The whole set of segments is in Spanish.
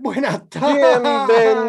Buenas tardes.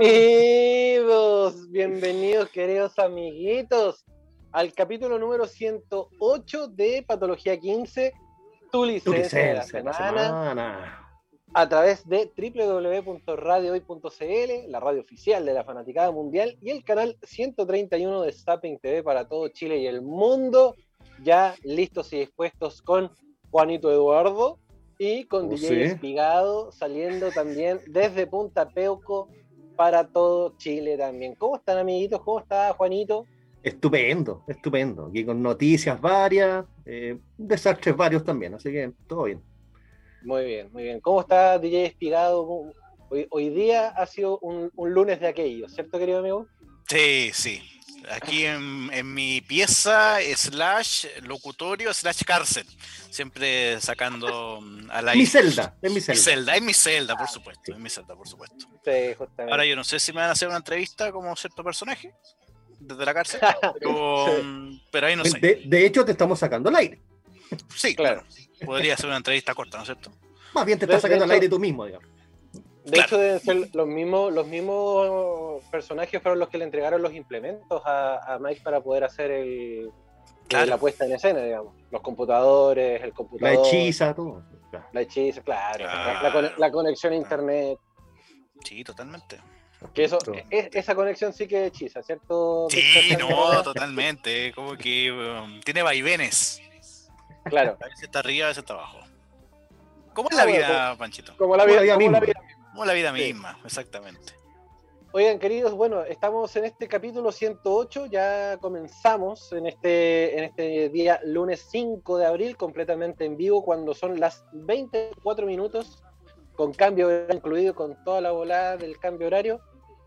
Bienvenidos queridos amiguitos al capítulo número 108 de Patología 15, tu licencia de la semana, a través de www.radiohoy.cl, la radio oficial de la fanaticada mundial, y el canal 131 de Zapping TV para todo Chile y el mundo, ya listos y dispuestos con Juanito Eduardo y con DJ Espigado, saliendo también desde Punta Peuco para todo Chile también. ¿Cómo están, amiguitos? ¿Cómo está Juanito? Estupendo. Aquí con noticias varias, desastres varios también, así que todo bien. Muy bien. ¿Cómo está DJ Espigado? Hoy día ha sido un lunes de aquellos, ¿cierto, querido amigo? Sí. Aquí en mi pieza, / locutorio, / cárcel. Siempre sacando al aire. En mi celda, por supuesto. Sí, justamente. Ahora yo no sé si me van a hacer una entrevista como cierto personaje desde la cárcel, pero ahí no sé. De hecho, te estamos sacando al aire. Sí, claro. Podría ser una entrevista corta, ¿no es cierto? Más bien te estás sacando al aire tú mismo, digamos. De hecho, deben ser los mismos personajes fueron los que le entregaron los implementos a Mike para poder hacer la puesta en escena, digamos. Los computadores, el computador. La hechiza, todo. La hechiza, claro. La conexión a internet. Sí, totalmente. Que esa conexión sí que hechiza, ¿cierto? Sí, no, totalmente. Como que tiene vaivenes. Claro. A veces está arriba, a veces está abajo. ¿Cómo es la vida, Panchito? Como la vida misma. Como la vida misma, exactamente. Oigan, queridos, bueno, estamos en este capítulo 108, ya comenzamos en este día lunes 5 de abril, completamente en vivo, cuando son las 24 minutos, con cambio horario incluido, con toda la volada del cambio horario.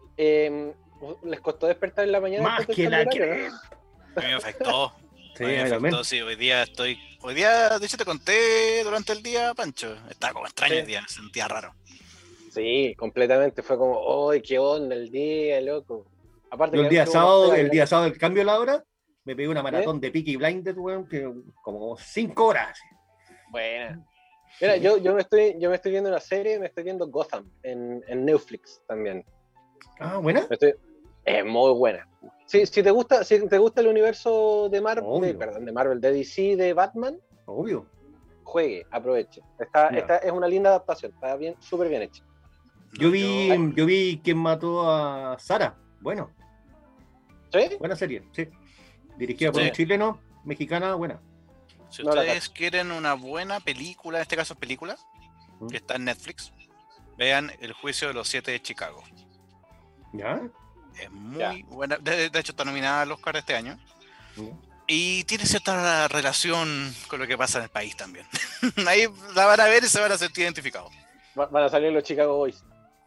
¿Les costó despertar en la mañana? Más que la que... A mí me afectó. Sí, hoy día, de hecho te conté durante el día, Pancho, estaba como extraño el día, me sentía raro. Sí, completamente, fue como, ¡ay, qué onda el día, loco! Aparte yo el día sábado, el cambio de la hora, me pegué una maratón de Peaky Blinders, weón, que como 5 horas. Buena. Mira, yo me estoy viendo una serie, me estoy viendo Gotham en Netflix también. Ah, ¿buena? Es muy buena. Si te gusta el universo de Marvel, de DC, de Batman, obvio. Juegue, aproveche. Esta es una linda adaptación, está bien, súper bien hecha. Yo vi quién mató a Sara. Bueno. ¿Sí? Buena serie, sí. Dirigida por un chileno, mexicana, buena. Si ustedes quieren una buena película, en este caso es película, que está en Netflix, vean El juicio de los 7 de Chicago. ¿Ya? Es muy buena. De hecho, está nominada al Oscar este año. Y tiene cierta relación con lo que pasa en el país también. Ahí la van a ver y se van a sentir identificados. Van a salir los Chicago Boys.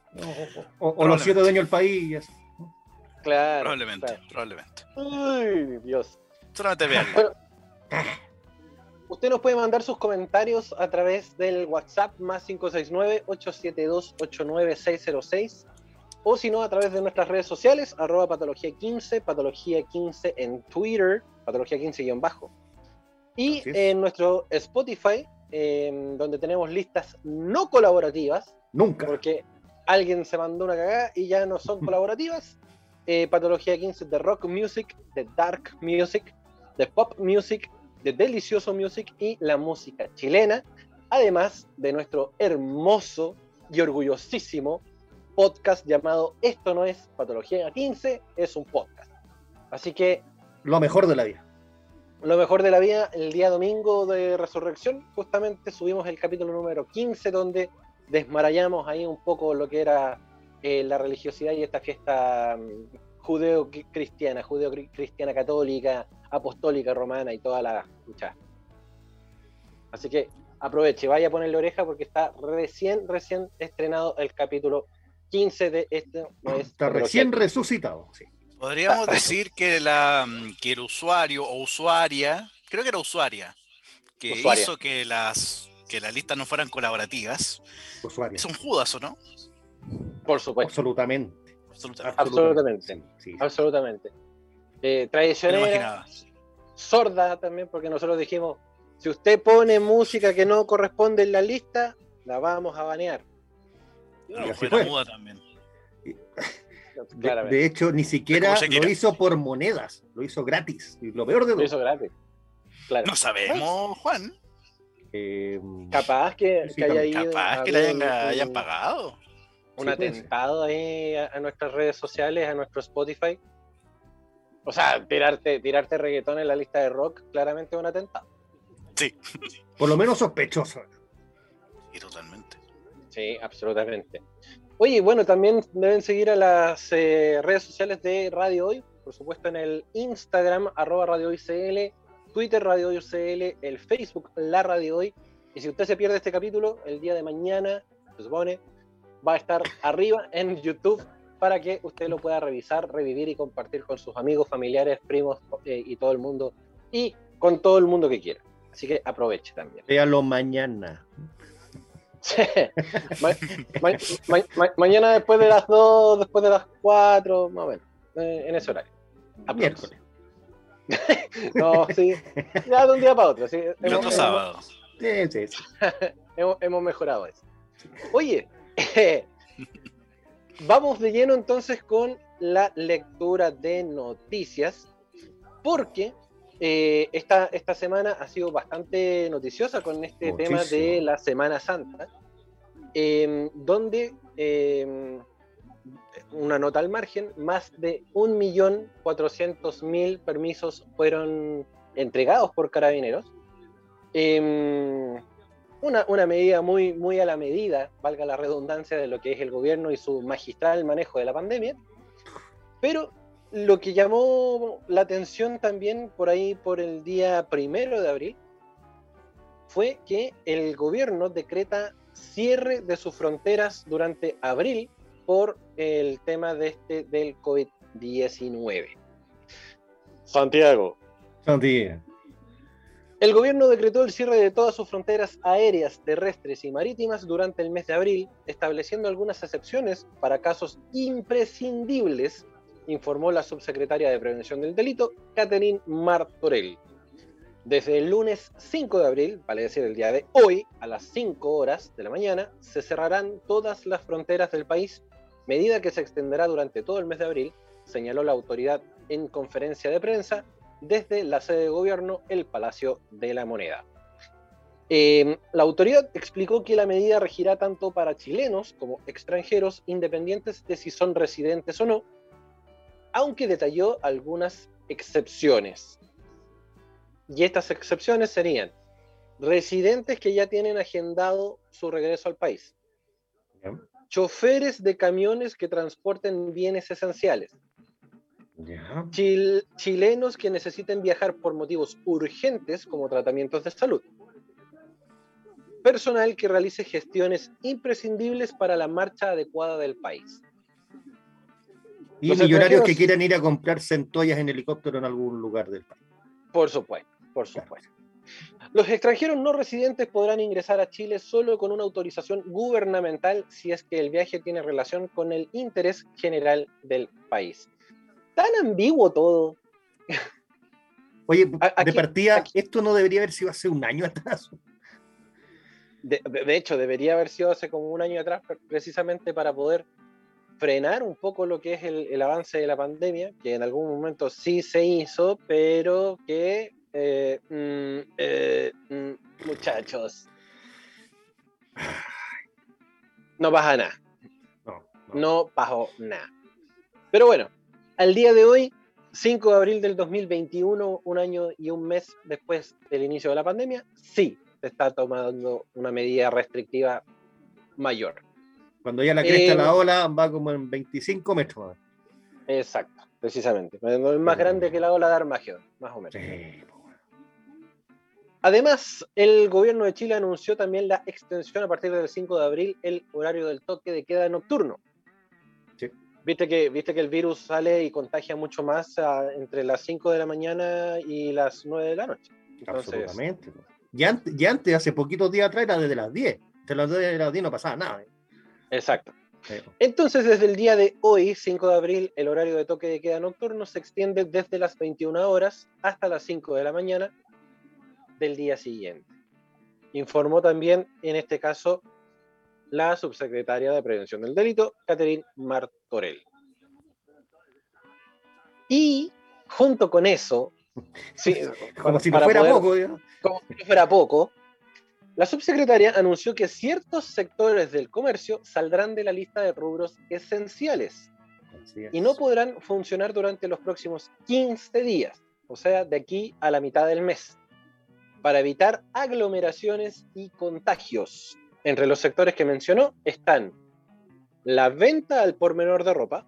O los 7 dueños del país y eso. Claro. Probablemente. Uy, Dios. Solamente vean. Bueno, usted nos puede mandar sus comentarios a través del WhatsApp más 569-872-89606 o si no a través de nuestras redes sociales @patología15, patología15 en Twitter, patología15-bajo. Y en nuestro Spotify, donde tenemos listas no colaborativas. Nunca. Porque alguien se mandó una cagada y ya no son colaborativas. Patología 15 de rock music, de dark music, de pop music, de delicioso music y la música chilena, además de nuestro hermoso y orgullosísimo podcast llamado Esto no es Patología 15, es un podcast. Así que lo mejor de la vida. El día domingo de Resurrección, justamente subimos el capítulo número 15, donde desmarallamos ahí un poco lo que era la religiosidad y esta fiesta judeo-cristiana católica, apostólica, romana y toda la lucha. Así que aproveche, vaya a ponerle oreja porque está recién estrenado el capítulo 15 de este. Está recién resucitado, sí. Podríamos decir que el usuario o usuaria, creo que era usuaria, que hizo que las listas no fueran colaborativas. Usuaria. Es un Judas, ¿o no? Por supuesto. Absolutamente. Sí. Absolutamente. Traicionera, sorda también, porque nosotros dijimos, si usted pone música que no corresponde en la lista, la vamos a banear. No, así fue fue. la muda también. De hecho, ni siquiera Como Shakira. lo hizo por monedas, lo hizo gratis. Y lo peor de Lo todo. hizo gratis. Claro. No sabemos, Juan. Eh, Capaz que, sí, que haya también. ido Capaz que le hayan pagado. un Sí, puede ser. atentado ahí a nuestras redes sociales, a nuestro Spotify. O sea, tirarte reggaetón en la lista de rock, claramente es un atentado. Sí. Por lo menos sospechoso. Y totalmente. Sí, absolutamente. Oye, bueno, también deben seguir a las redes sociales de Radio Hoy, por supuesto en el Instagram, @radiohoycl, Twitter Radio Hoy CL, el Facebook La Radio Hoy. Y si usted se pierde este capítulo, el día de mañana, se supone, va a estar arriba en YouTube para que usted lo pueda revisar, revivir y compartir con sus amigos, familiares, primos y todo el mundo, y con todo el mundo que quiera. Así que aproveche también. Véalo mañana. Mañana después de las 2, después de las 4, más o menos, en ese horario. Miércoles. No, sí, ya de un día para otro. Sí, El otro sábado. Sí. hemos mejorado eso. Oye, vamos de lleno entonces con la lectura de noticias, porque esta semana ha sido bastante noticiosa con este Muchísimo. tema de la Semana Santa, donde una nota al margen, más de 1.400.000 permisos fueron entregados por Carabineros. Una medida muy a la medida, valga la redundancia, de lo que es el gobierno y su magistral manejo de la pandemia. Pero lo que llamó la atención también por ahí, por el día 1 de abril, fue que el gobierno decreta cierre de sus fronteras durante abril por el tema del COVID-19. Santiago. El gobierno decretó el cierre de todas sus fronteras aéreas, terrestres y marítimas durante el mes de abril, estableciendo algunas excepciones para casos imprescindibles, informó la subsecretaria de Prevención del Delito, Catherine Martorell. Desde el lunes 5 de abril, vale decir el día de hoy, a las 5 horas de la mañana, se cerrarán todas las fronteras del país, medida que se extenderá durante todo el mes de abril, señaló la autoridad en conferencia de prensa desde la sede de gobierno, el Palacio de la Moneda. La autoridad explicó que la medida regirá tanto para chilenos como extranjeros, independientes de si son residentes o no, aunque detalló algunas excepciones. Y estas excepciones serían residentes que ya tienen agendado su regreso al país, choferes de camiones que transporten bienes esenciales, chilenos que necesiten viajar por motivos urgentes como tratamientos de salud, personal que realice gestiones imprescindibles para la marcha adecuada del país. Y Los millonarios que extranjeros, quieran ir a comprar centollas en helicóptero en algún lugar del país. por supuesto. Claro. Los extranjeros no residentes podrán ingresar a Chile solo con una autorización gubernamental si es que el viaje tiene relación con el interés general del país. Tan ambiguo todo. Oye, de partida, esto no debería haber sido hace un año atrás. De hecho, debería haber sido hace como un año atrás, precisamente para poder frenar un poco lo que es el avance de la pandemia, que en algún momento sí se hizo, pero que muchachos, no pasa nada. No pasó nada. Pero bueno, al día de hoy, 5 de abril del 2021, un año y un mes después del inicio de la pandemia, sí se está tomando una medida restrictiva mayor. Cuando ya la cresta de la ola va como en 25 metros. Exacto, precisamente. Es más grande que la ola de Armagedón, más o menos. Sí. Además, el gobierno de Chile anunció también la extensión a partir del 5 de abril el horario del toque de queda nocturno. Sí. Viste que el virus sale y contagia mucho más entre las 5 de la mañana y las 9 de la noche. Entonces, absolutamente. Ya antes, hace poquitos días atrás, era desde las 10. Desde las 10 de las 10 no pasaba nada. Exacto. Entonces, desde el día de hoy, 5 de abril, el horario de toque de queda nocturno se extiende desde las 21 horas hasta las 5 de la mañana del día siguiente. Informó también, en este caso, la subsecretaria de Prevención del Delito, Catherine Martorell. Y junto con eso, sí, como si no fuera poco, ¿no? Como si no fuera poco, la subsecretaria anunció que ciertos sectores del comercio saldrán de la lista de rubros esenciales y no podrán funcionar durante los próximos 15 días, o sea, de aquí a la mitad del mes, para evitar aglomeraciones y contagios. Entre los sectores que mencionó están la venta al por menor de ropa,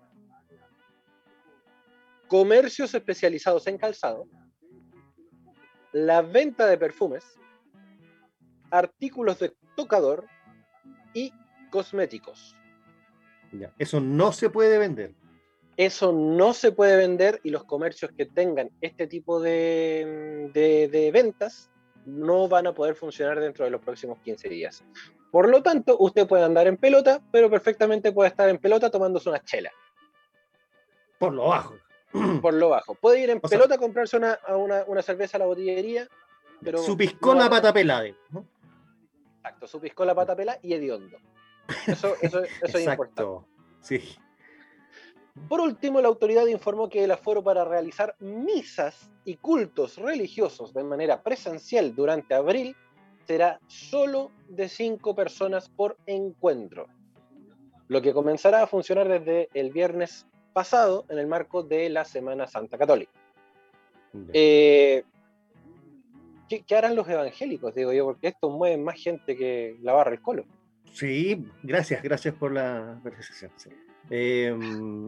comercios especializados en calzado, la venta de perfumes, artículos de tocador y cosméticos. Ya, eso no se puede vender. Eso no se puede vender y los comercios que tengan este tipo de ventas no van a poder funcionar dentro de los próximos 15 días. Por lo tanto, usted puede andar en pelota, pero perfectamente puede estar en pelota tomándose una chela. Por lo bajo. Por lo bajo. Puede ir en pelota a comprarse una cerveza a la botillería, pero su piscola pata pelada, ¿no? Exacto, su piscola pata pelada y hediondo. Eso es importante. Sí. Por último, la autoridad informó que el aforo para realizar misas y cultos religiosos de manera presencial durante abril será solo de 5 personas por encuentro, lo que comenzará a funcionar desde el viernes pasado en el marco de la Semana Santa Católica. ¿Qué harán los evangélicos, digo yo? Porque estos mueven más gente que la barra del Colo. Sí, gracias por la apreciación. Sí. Lo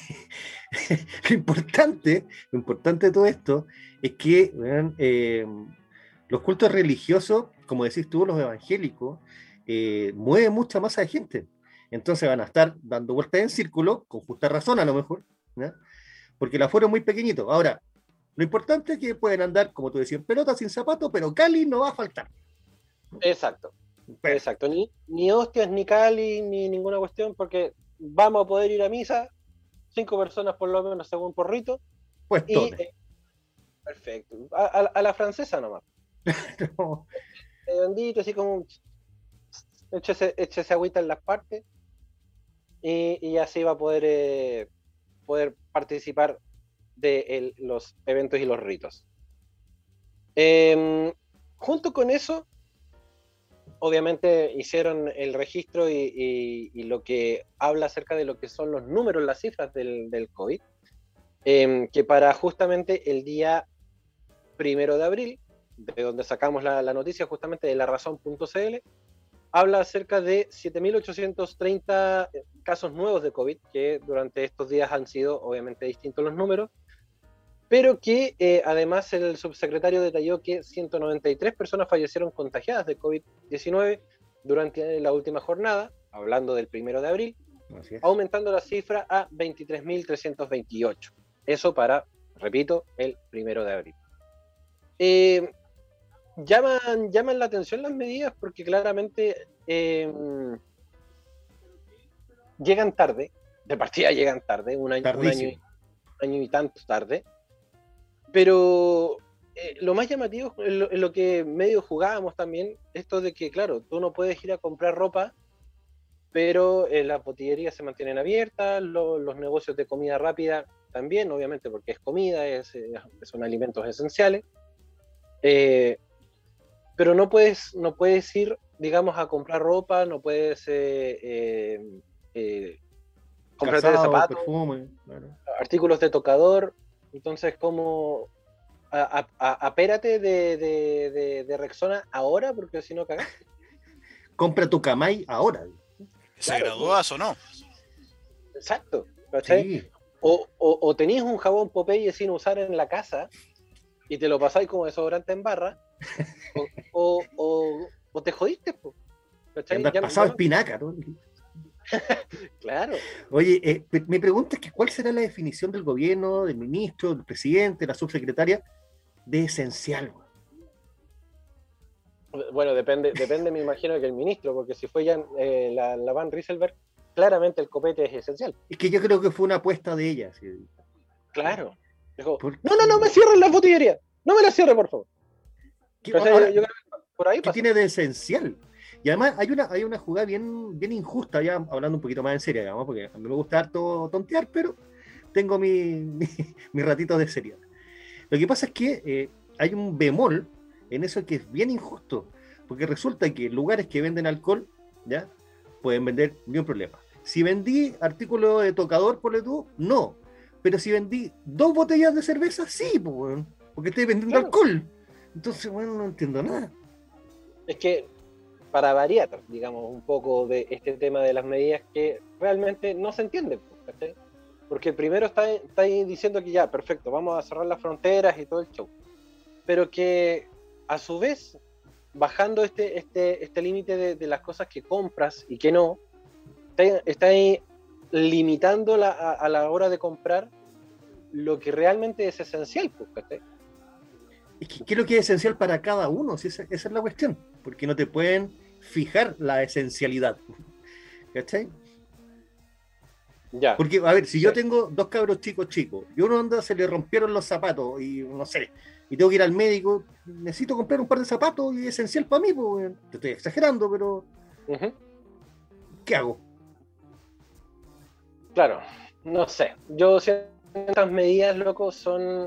importante de todo esto es que los cultos religiosos, como decís tú, los evangélicos, mueven mucha masa de gente. Entonces van a estar dando vueltas en círculo, con justa razón a lo mejor, ¿no? Porque el aforo es muy pequeñito. Ahora, lo importante es que pueden andar, como tú decías, en pelota, sin zapatos, pero Cali no va a faltar. Exacto. Exacto. Ni hostias, ni Cali, ni ninguna cuestión, porque vamos a poder ir a misa, 5 personas por lo menos según porrito. Pues y perfecto. A la francesa nomás. No. Bendito, así como échese agüita en las partes y así va a poder participar de los eventos y los ritos. Junto con eso, obviamente hicieron el registro y lo que habla acerca de lo que son los números, las cifras del COVID, que para justamente el día 1 de abril, de donde sacamos la noticia justamente de larazón.cl, habla acerca de 7.830 casos nuevos de COVID, que durante estos días han sido obviamente distintos los números, pero que además el subsecretario detalló que 193 personas fallecieron contagiadas de COVID-19 durante la última jornada, hablando del 1 de abril, aumentando la cifra a 23.328. Eso para, repito, el 1 de abril. Llaman la atención las medidas porque claramente llegan tarde, de partida llegan tarde, un año y tanto tarde, pero lo más llamativo es lo que medio jugábamos también, esto de que, claro, tú no puedes ir a comprar ropa, pero las botillerías se mantienen abiertas, los negocios de comida rápida también, obviamente porque es comida, son alimentos esenciales, pero no puedes ir, digamos, a comprar ropa, no puedes comprarte de zapatos, perfume, claro. Artículos de tocador. Entonces, como apérate de Rexona ahora, porque si no cagás. Compra tu Camay ahora. ¿Se gradúas o no? Exacto. Sí. O tenéis un jabón Popeye sin usar en la casa y te lo pasáis como desodorante en barra, o te jodiste, po. Andar pasado espinaca, ¿no? Claro. Oye, mi pregunta es que ¿cuál será la definición del gobierno, del ministro, del presidente, la subsecretaria de esencial? Bueno, depende, me imagino, que el ministro, porque si fue ya la Van Rieselberg, claramente el copete es esencial. Es que yo creo que fue una apuesta de ella. ¿Sí? Claro. Dijo, no me cierren las botillerías. No me las cierren, por favor. Ahora, yo creo que por ahí ¿qué tiene de esencial? Y además hay una jugada bien injusta, ya hablando un poquito más en serio, digamos, porque a mí me gusta harto tontear, pero tengo mi ratito de seriedad. Lo que pasa es que hay un bemol en eso que es bien injusto, porque resulta que lugares que venden alcohol, ¿ya? Pueden vender ni un problema. Si vendí artículo de tocador, por tú, no. Pero si vendí 2 botellas de cerveza, sí, pues, bueno, porque estoy vendiendo Claro. alcohol. Entonces, bueno, no entiendo nada. Es que para variar, digamos, un poco de este tema de las medidas que realmente no se entienden, ¿cachai? Porque primero está ahí diciendo que ya, perfecto, vamos a cerrar las fronteras y todo el show. Pero que a su vez, bajando este límite de las cosas que compras y que no, está ahí limitando a la hora de comprar lo que realmente es esencial, pues, ¿cachai? Es que, ¿qué es lo que es esencial para cada uno? Si esa es la cuestión. Porque no te pueden fijar la esencialidad. ¿Cachai? Ya, Porque, a ver, si sí. yo tengo 2 cabros chicos, y uno anda, se le rompieron los zapatos, y no sé, y tengo que ir al médico, necesito comprar un par de zapatos, y es esencial para mí, pues, te estoy exagerando, pero Uh-huh. ¿qué hago? Claro, no sé. Yo siento que estas medidas, loco, son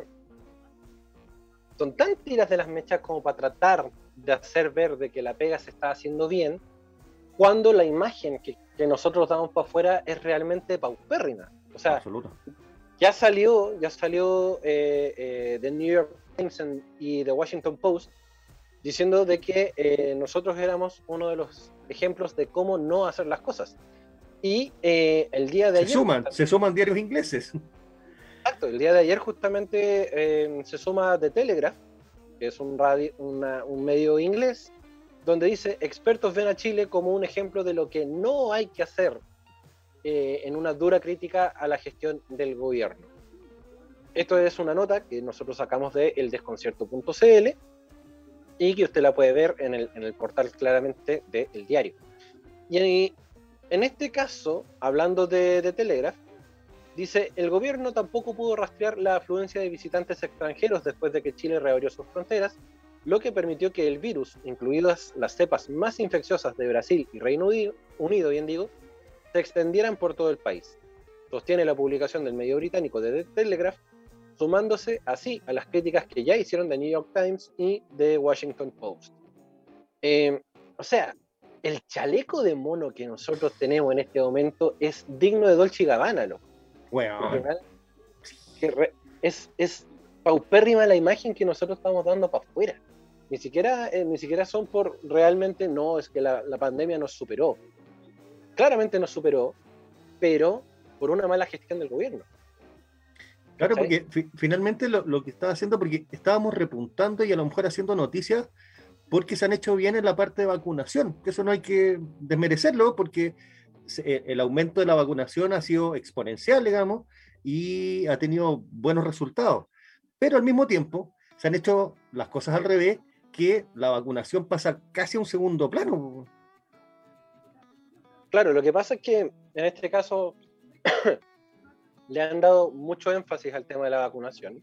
tan tiras de las mechas como para tratar de hacer ver de que la pega se está haciendo bien, cuando la imagen que nosotros damos para afuera es realmente paupérrima. O sea, Absoluto. ya salió The New York Times y The Washington Post diciendo de que nosotros éramos uno de los ejemplos de cómo no hacer las cosas. Y el día de ayer, Se suman diarios ingleses. exacto, el día de ayer justamente se suma The Telegraph, que es un medio inglés, donde dice: expertos ven a Chile como un ejemplo de lo que no hay que hacer en una dura crítica a la gestión del gobierno. Esto es una nota que nosotros sacamos de eldesconcierto.cl y que usted la puede ver en el portal claramente del diario. Y en este caso, hablando de Telegraph, dice: el gobierno tampoco pudo rastrear la afluencia de visitantes extranjeros después de que Chile reabrió sus fronteras, lo que permitió que el virus, incluidas las cepas más infecciosas de Brasil y Reino Unido, bien digo, se extendieran por todo el país. Sostiene la publicación del medio británico de The Telegraph, sumándose así a las críticas que ya hicieron The New York Times y The Washington Post. O sea, el chaleco de mono que nosotros tenemos en este momento es digno de Dolce y Gabbana, ¿no? Bueno, Es paupérrima la imagen que nosotros estamos dando para afuera. Ni siquiera son por realmente, no, es que la pandemia nos superó. Claramente nos superó, pero por una mala gestión del gobierno. claro, ¿Cachai? porque finalmente lo que estaba haciendo, porque estábamos repuntando y a lo mejor haciendo noticias porque se han hecho bien en la parte de vacunación, que eso no hay que desmerecerlo, porque el aumento de la vacunación ha sido exponencial, digamos, y ha tenido buenos resultados. Pero al mismo tiempo se han hecho las cosas al revés, que la vacunación pasa casi a un segundo plano. Claro, lo que pasa es que en este caso le han dado mucho énfasis al tema de la vacunación,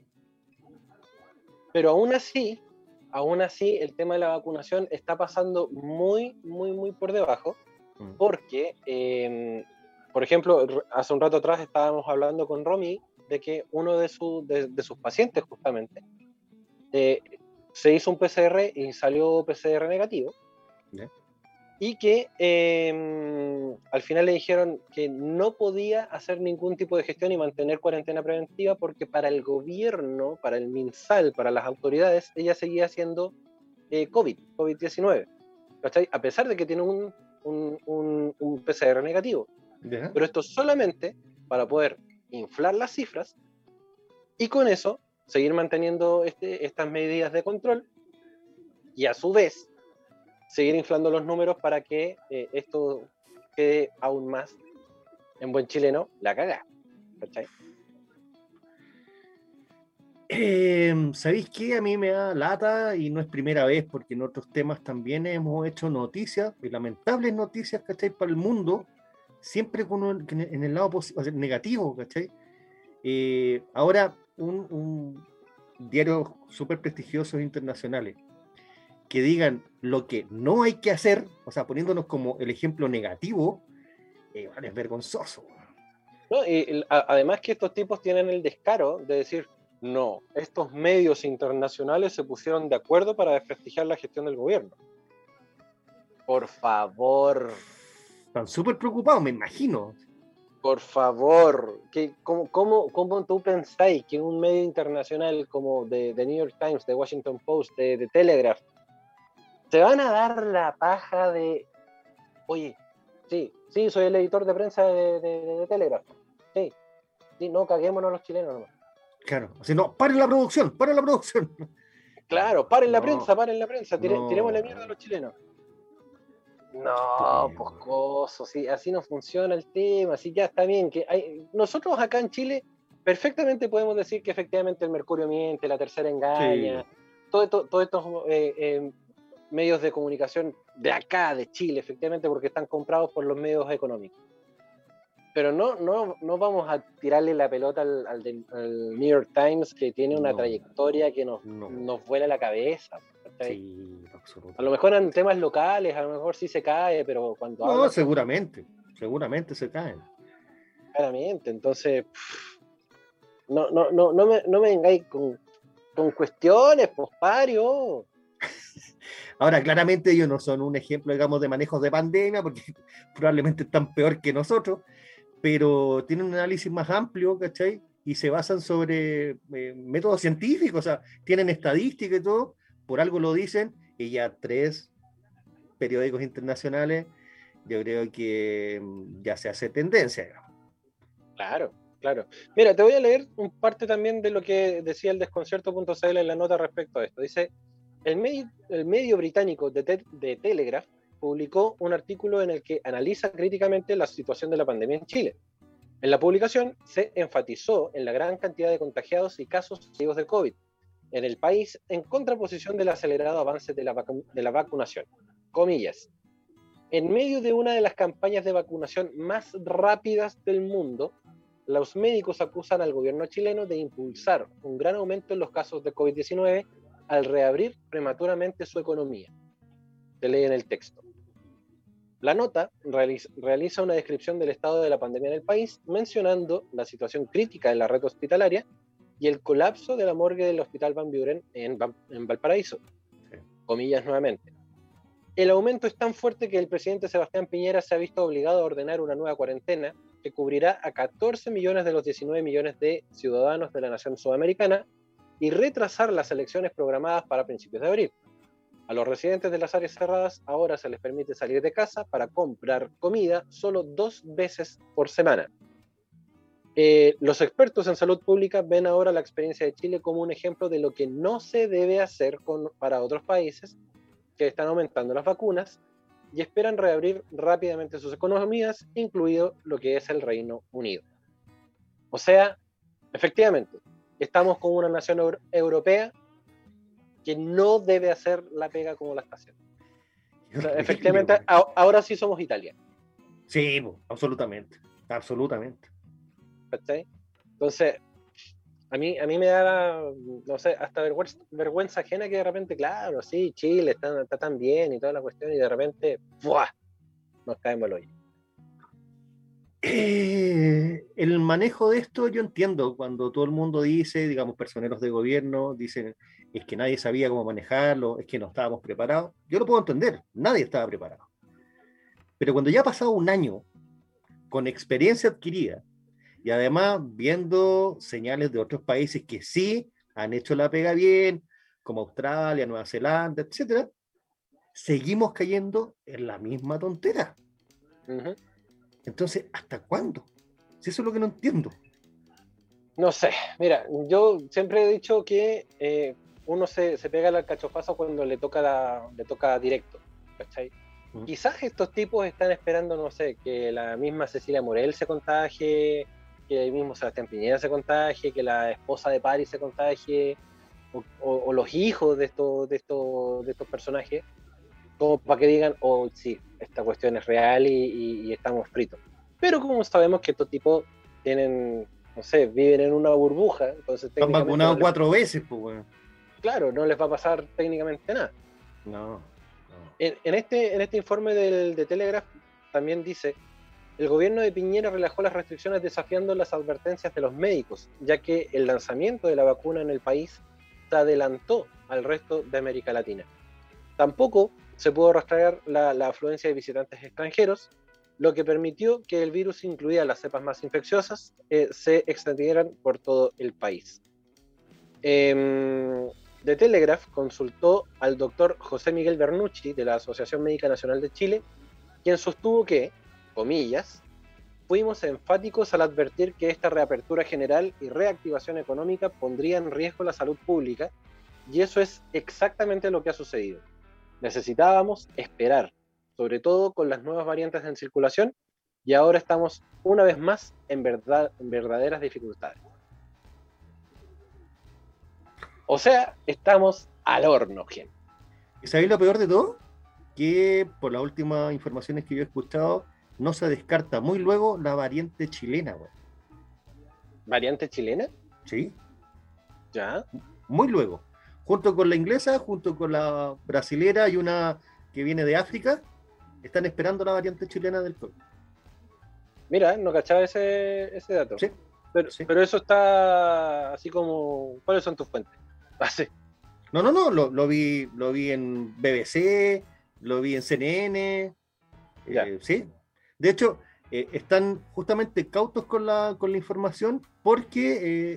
pero aún así el tema de la vacunación está pasando muy, muy, muy por debajo, porque, por ejemplo, hace un rato atrás estábamos hablando con Romy de que uno de sus pacientes justamente se hizo un PCR y salió PCR negativo, ¿Ya? y que al final le dijeron que no podía hacer ningún tipo de gestión y mantener cuarentena preventiva porque para el gobierno, para el MinSal, para las autoridades, ella seguía siendo COVID-19, ¿cachai? A pesar de que tiene un PCR negativo. ¿Ya? Pero esto solamente para poder inflar las cifras y con eso seguir manteniendo estas medidas de control y a su vez seguir inflando los números para que esto quede aún más, en buen chileno, la cagá. ¿Cachai? ¿Sabéis qué? A mí me da lata y no es primera vez, porque en otros temas también hemos hecho noticias, y lamentables noticias, ¿cachai? Para el mundo, siempre en el lado negativo, ¿cachai? Ahora, un diario súper prestigiosos internacionales que digan lo que no hay que hacer, o sea, poniéndonos como el ejemplo negativo, vale, es vergonzoso. ¿No? Además que estos tipos tienen el descaro de decir, no, estos medios internacionales se pusieron de acuerdo para desprestigiar la gestión del gobierno. Por favor. Están súper preocupados, me imagino. Por favor. ¿Cómo tú pensáis que un medio internacional como The New York Times, The Washington Post, The Telegraph, se van a dar la paja de, oye, sí, soy el editor de prensa de Telegraph. Sí, no, caguémonos los chilenos nomás. Claro, así no, paren la producción. Claro, paren la prensa, tiremos la mierda a los chilenos. No, pues coso, sí, así no funciona el tema, así ya está bien. Nosotros acá en Chile perfectamente podemos decir que efectivamente el mercurio miente, la tercera engaña, sí. Todos estos medios de comunicación de acá, de Chile, efectivamente, porque están comprados por los medios económicos. Pero no vamos a tirarle la pelota al New York Times, que tiene una trayectoria que nos vuela la cabeza. Sí, absolutamente. A lo mejor en temas locales, a lo mejor sí se cae, pero cuando no, seguramente se caen. Claramente, entonces no me vengáis con cuestiones, pospario. Ahora, claramente ellos no son un ejemplo, digamos, de manejos de pandemia, porque probablemente están peor que nosotros, pero tienen un análisis más amplio, ¿cachai? Y se basan sobre métodos científicos, o sea, tienen estadística y todo, por algo lo dicen, y ya 3 periódicos internacionales, yo creo que ya se hace tendencia, digamos. Claro. Mira, te voy a leer un parte también de lo que decía el desconcierto.cl en la nota respecto a esto. Dice, el medio británico de Telegraph publicó un artículo en el que analiza críticamente la situación de la pandemia en Chile. En la publicación se enfatizó en la gran cantidad de contagiados y casos activos de COVID en el país, en contraposición del acelerado avance de la vacunación. Comillas. En medio de una de las campañas de vacunación más rápidas del mundo, los médicos acusan al gobierno chileno de impulsar un gran aumento en los casos de COVID-19 al reabrir prematuramente su economía. Se lee en el texto. La nota realiza una descripción del estado de la pandemia en el país, mencionando la situación crítica de la red hospitalaria y el colapso de la morgue del Hospital Van Buren en Valparaíso. Sí. Comillas nuevamente. El aumento es tan fuerte que el presidente Sebastián Piñera se ha visto obligado a ordenar una nueva cuarentena que cubrirá a 14 millones de los 19 millones de ciudadanos de la nación sudamericana y retrasar las elecciones programadas para principios de abril. A los residentes de las áreas cerradas ahora se les permite salir de casa para comprar comida solo 2 veces por semana. Los expertos en salud pública ven ahora la experiencia de Chile como un ejemplo de lo que no se debe hacer para otros países que están aumentando las vacunas y esperan reabrir rápidamente sus economías, incluido lo que es el Reino Unido. O sea, efectivamente, estamos con una nación europea que no debe hacer la pega como la está haciendo. O sea, efectivamente, ahora sí somos Italia. Sí, absolutamente. ¿Cachai? Entonces, a mí me da, no sé, hasta vergüenza ajena que de repente, claro, sí, Chile está tan bien y toda la cuestión, y de repente, ¡buah!, nos caemos al hoyo. El manejo de esto yo entiendo cuando todo el mundo dice, digamos, personeros de gobierno dicen, es que nadie sabía cómo manejarlo, es que no estábamos preparados. Yo lo puedo entender, nadie estaba preparado. Pero cuando ya ha pasado un año con experiencia adquirida y además viendo señales de otros países que sí han hecho la pega bien, como Australia, Nueva Zelanda, etcétera, seguimos cayendo en la misma tontera. Uh-huh. Entonces, ¿hasta cuándo? Si eso es lo que no entiendo. No sé, mira, yo siempre he dicho que uno se pega el alcachofazo cuando le toca directo, ¿cachai? Uh-huh. Quizás estos tipos están esperando, no sé, que la misma Cecilia Morel se contagie, que el mismo Sebastián Piñera se contagie, que la esposa de París se contagie, o los hijos de estos personajes, como para que digan, oh, sí, esta cuestión es real y estamos fritos. Pero como sabemos que estos tipos tienen, no sé, viven en una burbuja, entonces están vacunados 4 veces, pues, bueno. Claro, no les va a pasar técnicamente nada. No. En este informe de Telegraph también dice: el gobierno de Piñera relajó las restricciones desafiando las advertencias de los médicos, ya que el lanzamiento de la vacuna en el país se adelantó al resto de América Latina. Tampoco se pudo rastrear la afluencia de visitantes extranjeros, lo que permitió que el virus, incluidas las cepas más infecciosas, se extendieran por todo el país. The Telegraph consultó al doctor José Miguel Bernucci de la Asociación Médica Nacional de Chile, quien sostuvo que, comillas, fuimos enfáticos al advertir que esta reapertura general y reactivación económica pondría en riesgo la salud pública, y eso es exactamente lo que ha sucedido. Necesitábamos esperar, sobre todo con las nuevas variantes en circulación, y ahora estamos una vez más en verdaderas dificultades. O sea, estamos al horno, gente. ¿Y sabéis lo peor de todo? Que por las últimas informaciones que yo he escuchado, no se descarta muy luego la variante chilena, güey. ¿Variante chilena? ¿Sí? Ya. Muy luego. Junto con la inglesa, junto con la brasilera y una que viene de África, están esperando la variante chilena del COVID. Mira, no cachaba ese dato. Sí. Pero eso está así como... ¿Cuáles son tus fuentes? Así. No, lo vi en BBC, lo vi en CNN, sí. De hecho, están justamente cautos con la información porque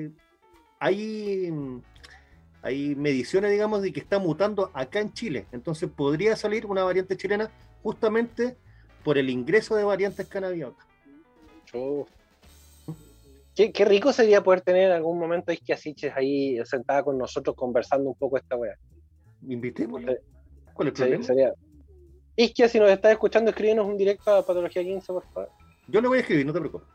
hay mediciones, digamos, de que está mutando acá en Chile. Entonces podría salir una variante chilena justamente por el ingreso de variantes canabióticas. Oh. Qué rico sería poder tener en algún momento a Isquia Siches ahí sentada con nosotros conversando un poco esta weá. Invitémosle. ¿Cuál es el problema? Sería... Isquia, si nos estás escuchando, escríbenos un directo a Patología 15, por favor. Yo le voy a escribir, no te preocupes.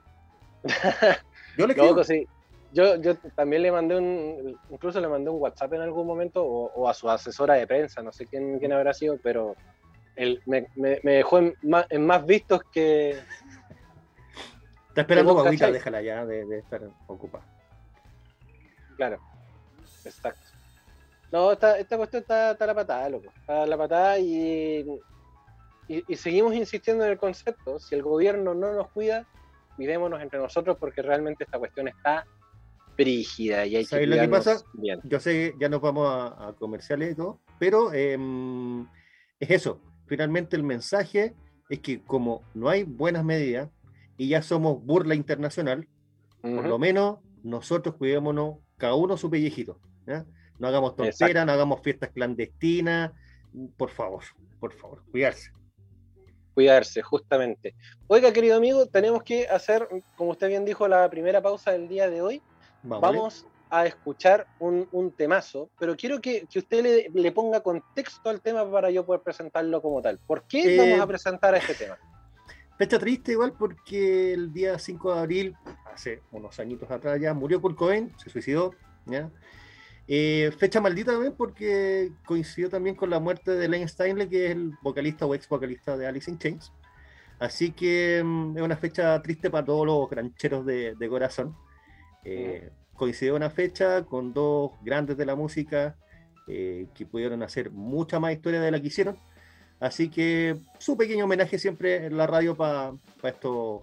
Yo le escribo. No, sí. Yo también le mandé incluso le mandé un WhatsApp en algún momento, o a su asesora de prensa, no sé quién habrá sido, pero él me dejó en más vistos que... Está esperando guaguita, déjala ya de estar ocupada. Claro, exacto. No, esta cuestión está la patada, loco. Está la patada y seguimos insistiendo en el concepto. Si el gobierno no nos cuida, cuidémonos entre nosotros, porque realmente esta cuestión está brígida y hay que cuidarnos. ¿Sabes lo que pasa? Bien. Yo sé que ya nos vamos a comerciales y todo, pero es eso. Finalmente el mensaje es que como no hay buenas medidas y ya somos burla internacional, por lo menos nosotros cuidémonos cada uno su pellejito, ¿ya? No hagamos tonteras, no hagamos fiestas clandestinas, por favor, cuidarse. Cuidarse, justamente. Oiga, querido amigo, tenemos que hacer, como usted bien dijo, la primera pausa del día de hoy. Vamos a escuchar un temazo, pero quiero que usted le ponga contexto al tema para yo poder presentarlo como tal. ¿Por qué vamos a presentar este tema? Fecha triste igual porque el día 5 de abril, hace unos añitos atrás ya, murió Kurt Cobain, se suicidó, ¿ya? Fecha maldita también porque coincidió también con la muerte de Len Steinle, que es el vocalista o ex vocalista de Alice in Chains. Así que es una fecha triste para todos los grancheros de corazón. Coincidió una fecha con dos grandes de la música que pudieron hacer mucha más historia de la que hicieron. Así que su pequeño homenaje siempre en la radio para estos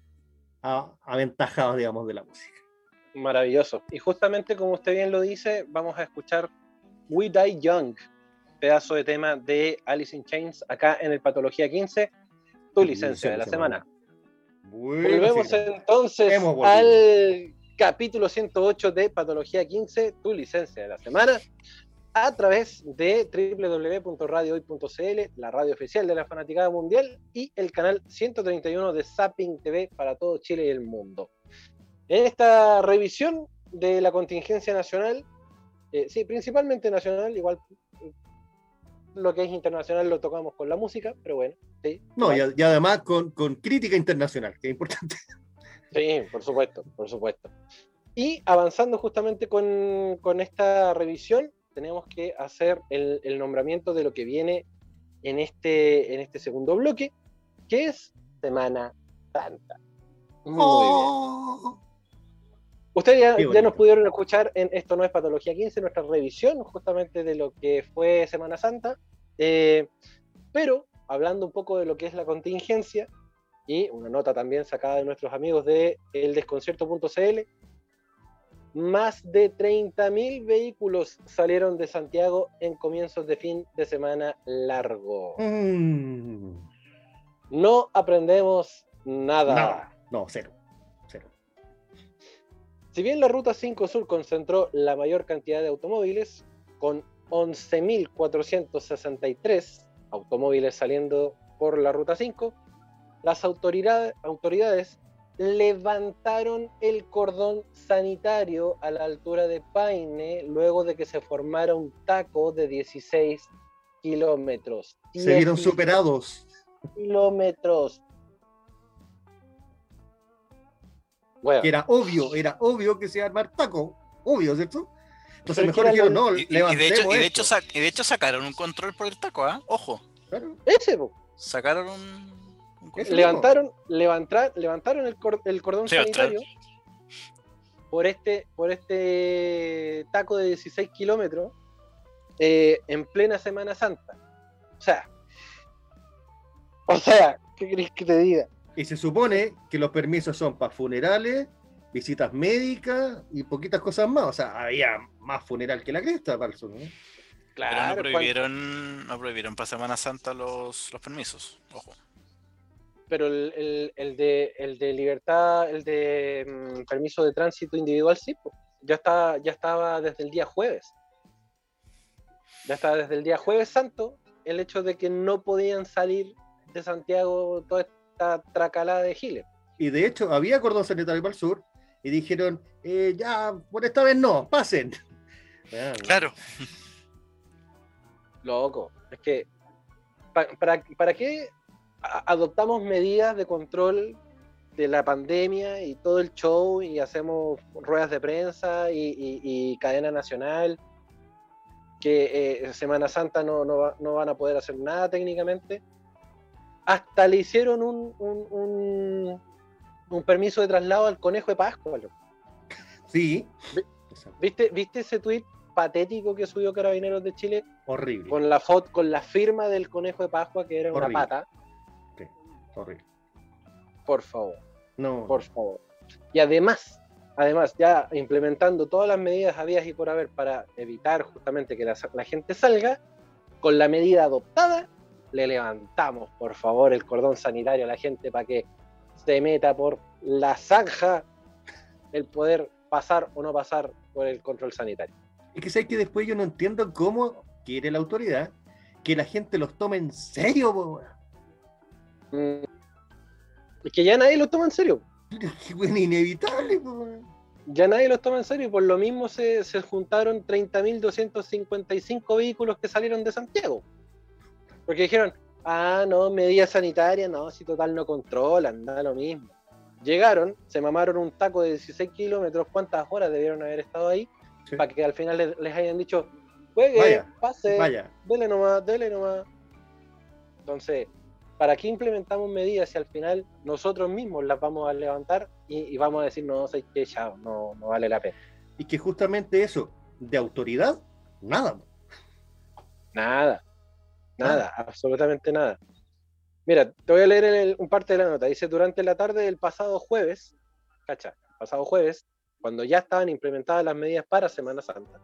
aventajados, digamos, de la música. Maravilloso. Y justamente como usted bien lo dice, vamos a escuchar We Die Young, pedazo de tema de Alice in Chains, acá en el Patología 15, tu licencia de la semana. Bueno, volvemos entonces al capítulo 108 de Patología 15, tu licencia de la semana, a través de www.radiohoy.cl, la radio oficial de la Fanaticada Mundial, y el canal 131 de Zapping TV para todo Chile y el mundo. En esta revisión de la contingencia nacional, sí, principalmente nacional, igual lo que es internacional lo tocamos con la música, pero bueno. Sí, no, y además con crítica internacional, que es importante. Sí, por supuesto. Y avanzando justamente con esta revisión, tenemos que hacer el nombramiento de lo que viene en este segundo bloque, que es Semana Santa. Muy bien. Ustedes Qué ya bonito. nos pudieron escuchar en Esto No es Patología 15, nuestra revisión justamente de lo que fue Semana Santa, pero hablando un poco de lo que es la contingencia, y una nota también sacada de nuestros amigos de eldesconcierto.cl, más de 30.000 vehículos salieron de Santiago en comienzos de fin de semana largo. No aprendemos nada. No, cero. Si bien la Ruta 5 Sur concentró la mayor cantidad de automóviles, con 11.463 automóviles saliendo por la Ruta 5, las autoridades levantaron el cordón sanitario a la altura de Paine luego de que se formara un taco de 16 kilómetros. Se vieron superados. Kilómetros. Bueno. Que era obvio que se iba a armar taco. Obvio, ¿cierto? Entonces Pero mejor es que dijeron, era no, Y levantemos de esto. hecho sacaron un control por el taco, ¿ah? Ojo. Claro, Ese, po. Sacaron un eso levantaron el cordón Sí, sanitario por este taco de 16 kilómetros en plena Semana Santa. O sea, ¿qué querés que te diga? Y se supone que los permisos son para funerales, visitas médicas y poquitas cosas más. O sea, había más funeral que la cresta para el sur, ¿no? Pero Claro, no prohibieron para Semana Santa los permisos. Ojo. pero el de libertad, el de permiso de tránsito individual, sí, po. Ya estaba desde el día jueves. Ya estaba desde el día jueves santo el hecho de que no podían salir de Santiago toda esta tracalada de giles. Y de hecho, había cordón sanitario para el sur y dijeron, ya, por esta vez no, pasen. Claro. Loco, es que ¿para qué adoptamos medidas de control de la pandemia y todo el show y hacemos ruedas de prensa y cadena nacional que Semana Santa no van a poder hacer nada técnicamente? Hasta le hicieron un permiso de traslado al conejo de Pascua, loco. Sí. ¿Viste ese tuit patético que subió Carabineros de Chile? Horrible. Con la foto, con la firma del conejo de Pascua, que era Horrible. una pata. Sí, horrible. Por favor, No. por favor. Y además, ya implementando todas las medidas habidas y por haber para evitar justamente que la gente salga, con la medida adoptada, le levantamos, por favor, el cordón sanitario a la gente para que se meta por la zanja el poder pasar o no pasar por el control sanitario. Es que sabes que después yo no entiendo cómo quiere la autoridad que la gente los tome en serio, po. Es que ya nadie lo toma en serio. Es bueno, inevitable, po. Ya nadie los toma en serio y por lo mismo se juntaron 30.255 vehículos que salieron de Santiago. Porque dijeron, no, medidas sanitarias, no, si total no controlan, da lo mismo. Llegaron, se mamaron un taco de 16 kilómetros, ¿cuántas horas debieron haber estado ahí? Sí. Para que al final les hayan dicho, juegue, pase, dele nomás. Entonces, ¿para qué implementamos medidas si al final nosotros mismos las vamos a levantar y vamos a decir, no, sé qué, chao, no vale la pena? Y que justamente eso, de autoridad, nada. Nada, absolutamente nada. Mira, te voy a leer un parte de la nota. Dice, durante la tarde del pasado jueves, cuando ya estaban implementadas las medidas para Semana Santa,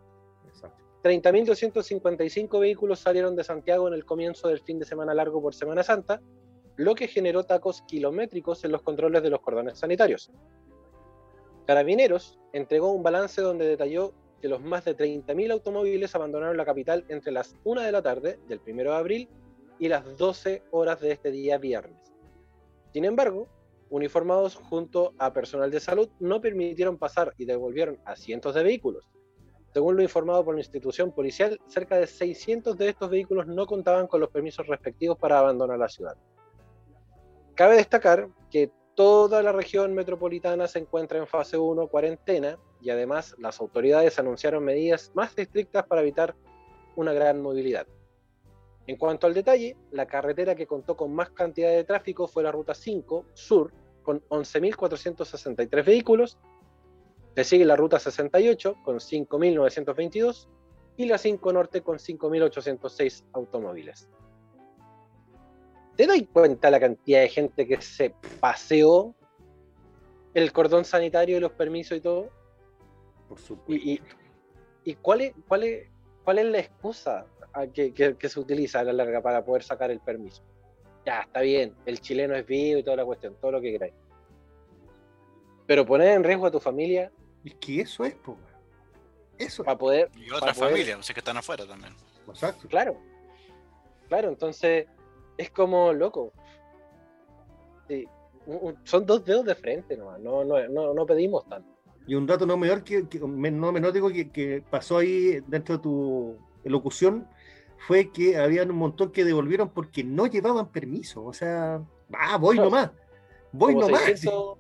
30.255 vehículos salieron de Santiago en el comienzo del fin de semana largo por Semana Santa, lo que generó tacos kilométricos en los controles de los cordones sanitarios. Carabineros entregó un balance donde detalló que los más de 30.000 automóviles abandonaron la capital entre las 1 de la tarde del 1 de abril y las 12 horas de este día viernes. Sin embargo, uniformados junto a personal de salud no permitieron pasar y devolvieron a cientos de vehículos. Según lo informado por la institución policial, cerca de 600 de estos vehículos no contaban con los permisos respectivos para abandonar la ciudad. Cabe destacar que toda la región metropolitana se encuentra en fase 1, cuarentena, y además las autoridades anunciaron medidas más estrictas para evitar una gran movilidad. En cuanto al detalle, la carretera que contó con más cantidad de tráfico fue la Ruta 5 Sur, con 11.463 vehículos, Le sigue la ruta 68 con 5.922 y la 5 Norte con 5.806 automóviles. ¿Te das cuenta la cantidad de gente que se paseó el cordón sanitario y los permisos y todo? Por supuesto. ¿Y cuál es la excusa que se utiliza a la larga para poder sacar el permiso? Ya, está bien, el chileno es vivo y toda la cuestión, todo lo que queráis. Pero poner en riesgo a tu familia. Es que eso es, po. Eso para poder. Y otras familias, o sea que están afuera también. Exacto. Claro, entonces es como loco. Sí, son dos dedos de frente nomás, no pedimos tanto. Y un dato no menor no menor digo que pasó ahí dentro de tu elocución fue que habían un montón que devolvieron porque no llevaban permiso. O sea, voy nomás. Voy como nomás. 600...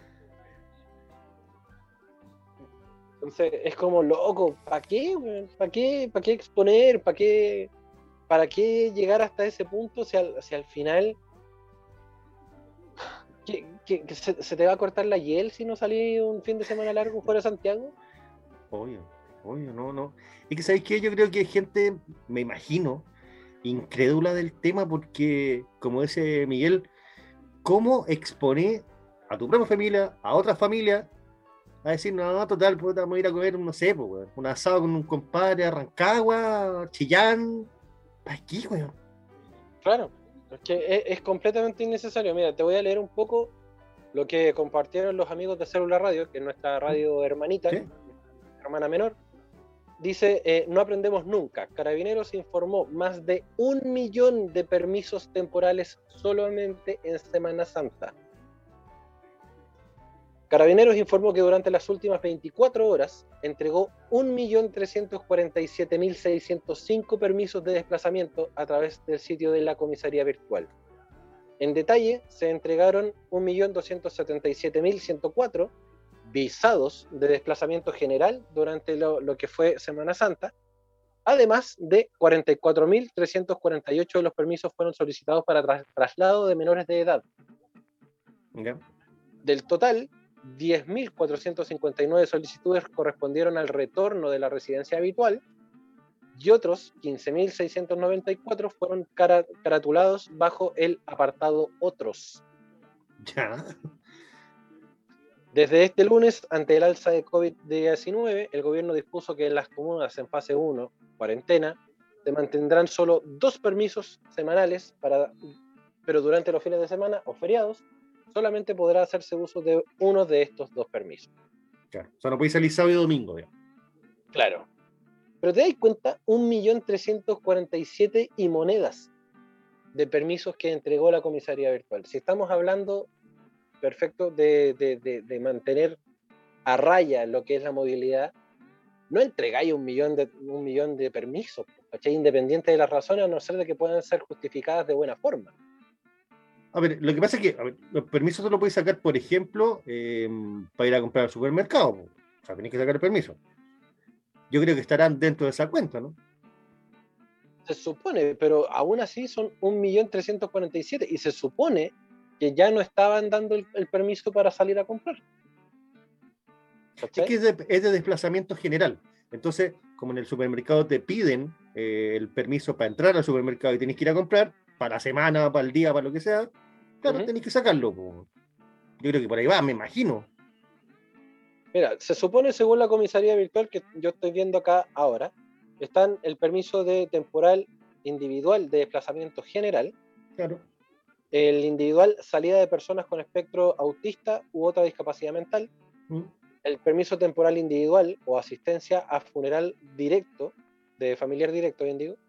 Entonces es como loco. ¿Para qué, güey? ¿Para qué exponer? ¿Para qué llegar hasta ese punto si al final que se te va a cortar la hiel si no salís un fin de semana largo fuera de Santiago? Obvio, no. Es que, ¿sabéis qué? Yo creo que hay gente, me imagino, incrédula del tema porque, como dice Miguel, ¿cómo exponer a tu propia familia, a otra familia, a decir, no, total, puta, vamos a ir a comer, no sé, pues, un asado con un compadre a Rancagua, Chillán? ¿Para qué, weón? Claro, es que es completamente innecesario. Mira, te voy a leer un poco lo que compartieron los amigos de Célula Radio, que es nuestra radio hermanita, ¿Sí? hermana menor. Dice, no aprendemos nunca. Carabineros informó más de 1 millón de permisos temporales solamente en Semana Santa. Carabineros informó que durante las últimas 24 horas entregó 1.347.605 permisos de desplazamiento a través del sitio de la comisaría virtual. En detalle, se entregaron 1.277.104 visados de desplazamiento general durante lo que fue Semana Santa, además de 44.348 de los permisos fueron solicitados para traslado de menores de edad. ¿Ya? Del total, 10.459 solicitudes correspondieron al retorno de la residencia habitual y otros 15.694 fueron caratulados bajo el apartado Otros. Ya. Desde este lunes, ante el alza de COVID-19, el gobierno dispuso que en las comunas en fase 1, cuarentena, se mantendrán solo 2 permisos semanales, pero durante los fines de semana o feriados, solamente podrá hacerse uso de uno de estos 2 permisos. Claro. O sea, no podéis salir sábado y domingo, ya. Claro. Pero te das cuenta, 1.347.000 y monedas de permisos que entregó la comisaría virtual. Si estamos hablando, perfecto, de mantener a raya lo que es la movilidad, no entregáis 1 millón de permisos, ¿cachai? Independiente de las razones, a no ser de que puedan ser justificadas de buena forma. A ver, lo que pasa es que los permisos te los puedes sacar, por ejemplo, para ir a comprar al supermercado. O sea, tenés que sacar el permiso. Yo creo que estarán dentro de esa cuenta, ¿no? Se supone, pero aún así son 1.347.000 y se supone que ya no estaban dando el permiso para salir a comprar. ¿Cachai? Es que es de desplazamiento general. Entonces, como en el supermercado te piden el permiso para entrar al supermercado y tenés que ir a comprar, para la semana, para el día, para lo que sea, claro, tenés que sacarlo. Po. Yo creo que por ahí va, me imagino. Mira, se supone, según la comisaría virtual que yo estoy viendo acá ahora, están el permiso de temporal individual de desplazamiento general, Claro. el individual salida de personas con espectro autista u otra discapacidad mental, el permiso temporal individual o asistencia a funeral directo, de familiar directo, bien digo,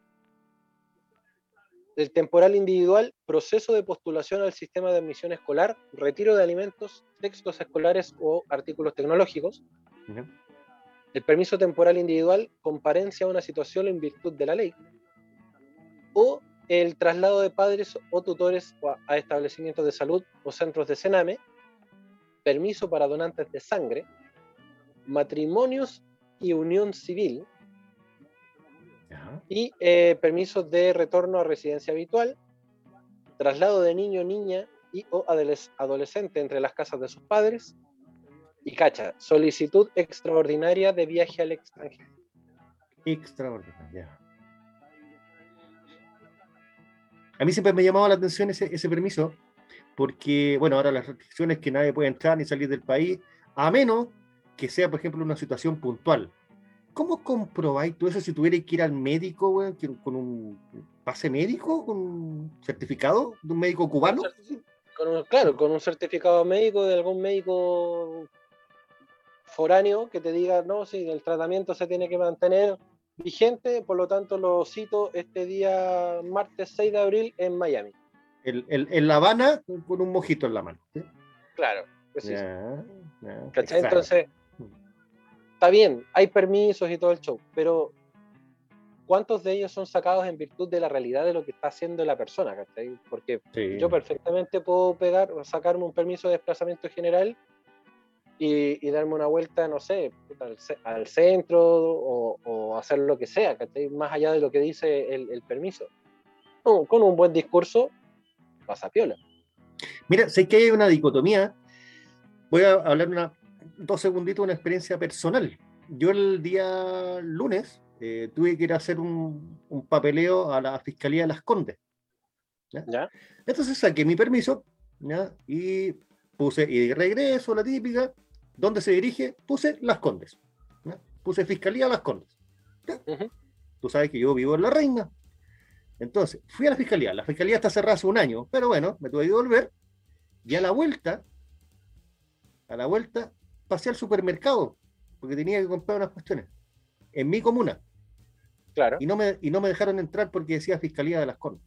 el temporal individual, proceso de postulación al sistema de admisión escolar, retiro de alimentos, textos escolares o artículos tecnológicos, el permiso temporal individual, comparencia a una situación en virtud de la ley, o el traslado de padres o tutores a establecimientos de salud o centros de cename, permiso para donantes de sangre, matrimonios y unión civil, y permisos de retorno a residencia habitual, traslado de niño, niña y o adolescente entre las casas de sus padres, Y cacha, solicitud extraordinaria de viaje al extranjero. Extraordinaria. A mí siempre me llamaba la atención ese permiso, porque, bueno, ahora las restricciones que nadie puede entrar ni salir del país, a menos que sea, por ejemplo, una situación puntual. ¿Cómo comprobáis tú eso si tuvierais que ir al médico, güey, con un pase médico, con un certificado de un médico cubano? Claro, con un certificado médico de algún médico foráneo que te diga, no, sí, el tratamiento se tiene que mantener vigente, por lo tanto lo cito este día martes 6 de abril en Miami. En La Habana con un mojito en la mano. ¿Sí? Claro, preciso. Ya, ¿Cachai? Entonces, está bien, hay permisos y todo el show, pero ¿cuántos de ellos son sacados en virtud de la realidad de lo que está haciendo la persona? ¿Cachai? Porque sí, yo perfectamente puedo sacarme un permiso de desplazamiento general y darme una vuelta, no sé, al centro o hacer lo que sea, ¿cachai? Más allá de lo que dice el permiso. Con un buen discurso, pasa piola. Mira, sé que hay una dicotomía. Voy a hablar 2 segunditos de una experiencia personal. Yo el día lunes tuve que ir a hacer un papeleo a la Fiscalía de Las Condes. ¿Ya? Entonces saqué mi permiso, ¿ya? Y puse, y de regreso, la típica, ¿dónde se dirige? Puse Las Condes. ¿Ya? Puse Fiscalía Las Condes. Uh-huh. Tú sabes que yo vivo en La Reina. Entonces, fui a la fiscalía está cerrada hace un año, pero bueno, me tuve que volver, y a la vuelta, pasé al supermercado, porque tenía que comprar unas cuestiones, en mi comuna, Claro. y no me dejaron entrar porque decía Fiscalía de Las Condes.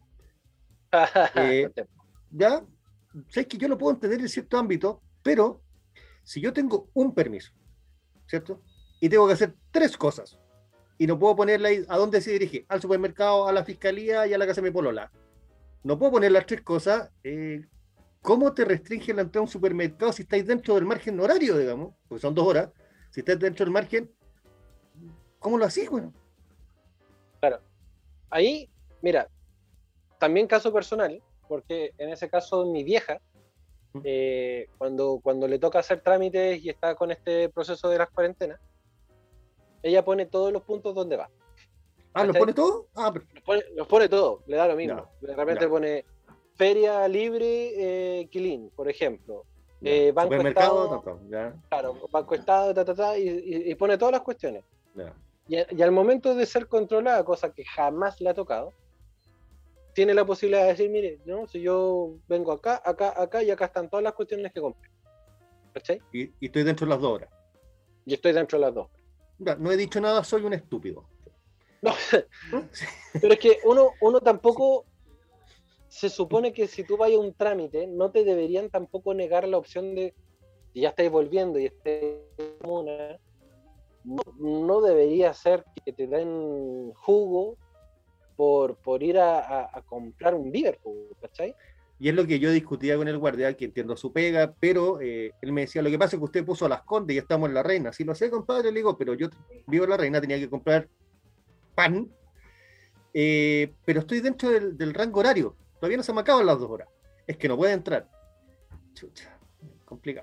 Ya, sé que yo lo puedo entender en cierto ámbito, pero si yo tengo un permiso, ¿cierto? Y tengo que hacer 3 cosas, y no puedo ponerle ahí a dónde se dirige, al supermercado, a la fiscalía y a la casa de mi polola. No puedo poner las 3 cosas. ¿Cómo te restringe la entrada a un supermercado si estáis dentro del margen horario, digamos? Porque son 2 horas. Si estás dentro del margen, ¿cómo lo hacís, bueno? Claro. Ahí, mira, también caso personal, porque en ese caso mi vieja, cuando le toca hacer trámites y está con este proceso de las cuarentenas, ella pone todos los puntos donde va. ¿Los pone todo? Los pone todo, le da lo mismo. No, De repente pone Feria Libre Quilín, por ejemplo. Banco Estado, claro, Banco Estado, y pone todas las cuestiones. Y al momento de ser controlada, cosa que jamás le ha tocado, tiene la posibilidad de decir, mire, no, si yo vengo acá, y acá están todas las cuestiones que compré. ¿Cachai? Y estoy dentro de las 2 horas. Y estoy dentro de las 2 horas. No he dicho nada, soy un estúpido. No, pero es que uno tampoco se supone que si tú vayas a un trámite, no te deberían tampoco negar la opción de, si ya estáis volviendo y estés en una, no debería ser que te den jugo por ir a comprar un víver, ¿cachai? Y es lo que yo discutía con el guardia, que entiendo su pega, pero él me decía, lo que pasa es que usted puso a Las Condes y ya estamos en La Reina. Sí lo sé, compadre, le digo, pero yo vivo en La Reina, tenía que comprar pan, pero estoy dentro del rango horario. Todavía no se me acaban las 2 horas. Es que no puede entrar. Chucha, complicado.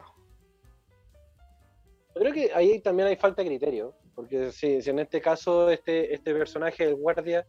Yo creo que ahí también hay falta de criterio, porque si en este caso este personaje, el guardia,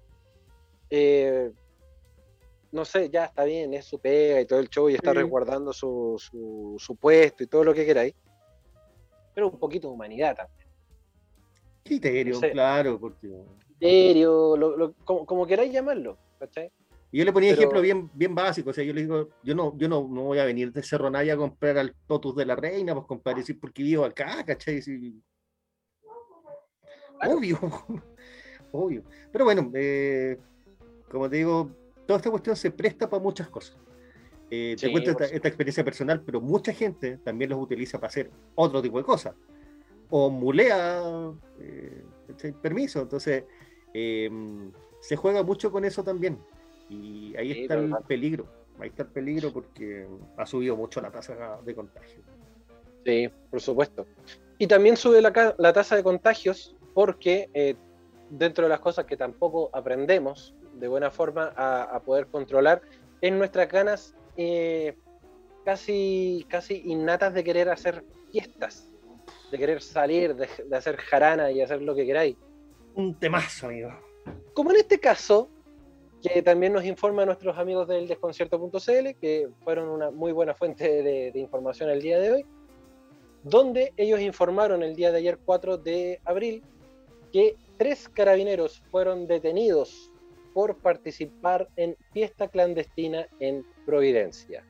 no sé, ya está bien, es su pega y todo el show y está resguardando su puesto y todo lo que queráis, pero un poquito de humanidad también. Criterio, no sé, claro, porque... Criterio, como queráis llamarlo, ¿cachai? Y yo le ponía ejemplo bien básico, o sea, yo le digo, yo no voy a venir de Cerro Navia a comprar al Totus de La Reina, pues compadre, decir, porque vivo acá, ¿cachai? Sí. Claro. Obvio. Pero bueno, como te digo, toda esta cuestión se presta para muchas cosas. Te cuento esta experiencia personal, pero mucha gente también los utiliza para hacer otro tipo de cosas. O mulea permiso. Entonces, se juega mucho con eso también. Y ahí está el peligro. Ahí está el peligro porque ha subido mucho la tasa de contagio. Sí, por supuesto. Y también sube la tasa de contagios porque dentro de las cosas que tampoco aprendemos de buena forma a poder controlar es nuestras ganas casi innatas de querer hacer fiestas, de querer salir, de hacer jarana y hacer lo que queráis. Un temazo, amigo. Como en este caso, que también nos informan nuestros amigos del desconcierto.cl, que fueron una muy buena fuente de información el día de hoy, donde ellos informaron el día de ayer, 4 de abril, que 3 carabineros fueron detenidos por participar en fiesta clandestina en Providencia.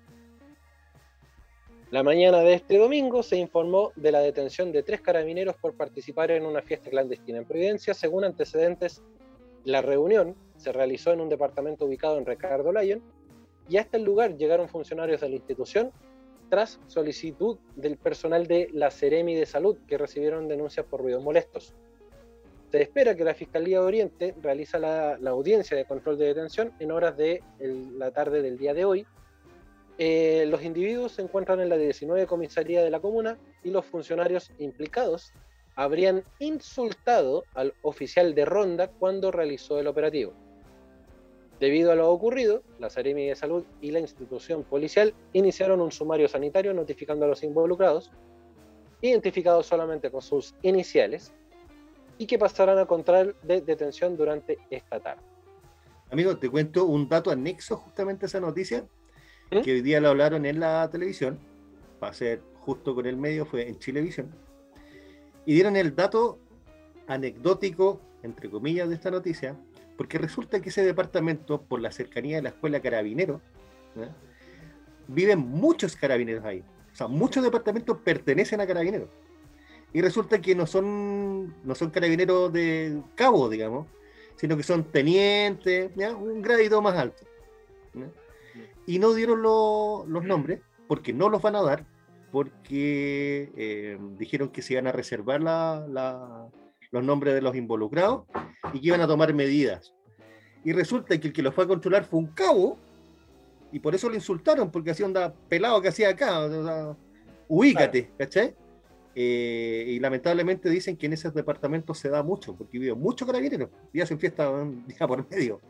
La mañana de este domingo se informó de la detención de 3 carabineros por participar en una fiesta clandestina en Providencia. Según antecedentes, la reunión se realizó en un departamento ubicado en Ricardo Lyon y hasta el lugar llegaron funcionarios de la institución tras solicitud del personal de la Seremi de Salud, que recibieron denuncias por ruidos molestos. Se espera que la Fiscalía de Oriente realiza la audiencia de control de detención en horas de la tarde del día de hoy. Los individuos se encuentran en la 19 comisaría de la comuna y los funcionarios implicados habrían insultado al oficial de ronda cuando realizó el operativo. Debido a lo ocurrido, la Seremi de Salud y la institución policial iniciaron un sumario sanitario notificando a los involucrados, identificados solamente con sus iniciales, y que pasarán a control de detención durante esta tarde. Amigo, te cuento un dato anexo justamente a esa noticia, que hoy día lo hablaron en la televisión, para ser justo con el medio, fue en Chilevisión, y dieron el dato anecdótico, entre comillas, de esta noticia, porque resulta que ese departamento, por la cercanía de la escuela Carabineros, ¿eh? Viven muchos carabineros ahí. O sea, muchos departamentos pertenecen a Carabineros. Y resulta que no son carabineros de cabo, digamos, sino que son tenientes, ¿ya? Un gradito más alto, ¿ya? Y no dieron los nombres, porque no los van a dar, porque dijeron que se iban a reservar los nombres de los involucrados y que iban a tomar medidas. Y resulta que el que los fue a controlar fue un cabo, y por eso lo insultaron, porque hacía onda pelado que hacía acá, o sea, ubícate, ¿cachai? Y lamentablemente dicen que en esos departamentos se da mucho, porque viven muchos carabineros y hacen fiesta un día por medio.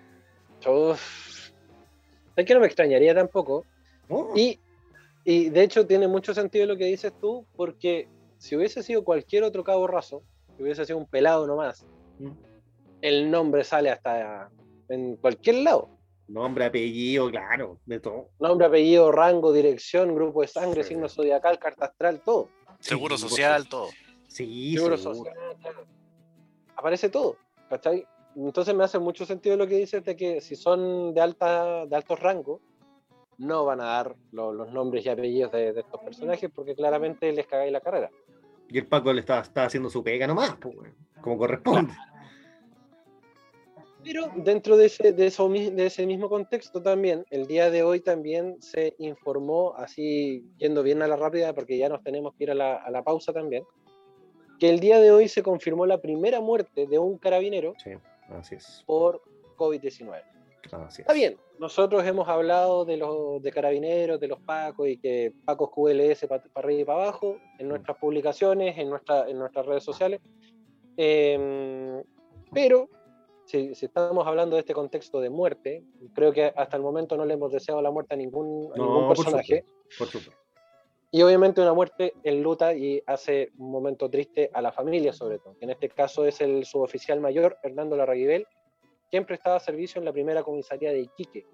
Es que no me extrañaría tampoco. Oh. Y de hecho tiene mucho sentido lo que dices tú, porque si hubiese sido cualquier otro cabo raso, si hubiese sido un pelado nomás, el nombre sale hasta en cualquier lado. Nombre, apellido, claro, de todo. Nombre, apellido, rango, dirección, grupo de sangre, sí, signo zodiacal, carta astral, todo. Seguro social, todo. Sí, seguro seguro. social, claro. Aparece todo, ¿cachai? Entonces me hace mucho sentido lo que dices de que si son de altos rangos, no van a dar los nombres y apellidos de estos personajes porque claramente les cagáis la carrera. Y el Paco le estaba haciendo su pega nomás, pues, como corresponde. Claro. Pero dentro de ese mismo contexto también, el día de hoy también se informó, así yendo bien a la rápida, porque ya nos tenemos que ir a la pausa también, que el día de hoy se confirmó la primera muerte de un carabinero, sí, así es, por COVID-19. Así es. Está bien, nosotros hemos hablado de carabineros, de los pacos y que pacos QLS para arriba y para abajo, en nuestras publicaciones, en nuestras redes sociales, pero si estamos hablando de este contexto de muerte, creo que hasta el momento no le hemos deseado la muerte a ningún personaje. Por supuesto. Y obviamente una muerte enluta y hace un momento triste a la familia, sobre todo. En este caso es el suboficial mayor Hernando Larraguibel, quien prestaba servicio en la primera comisaría de Iquique.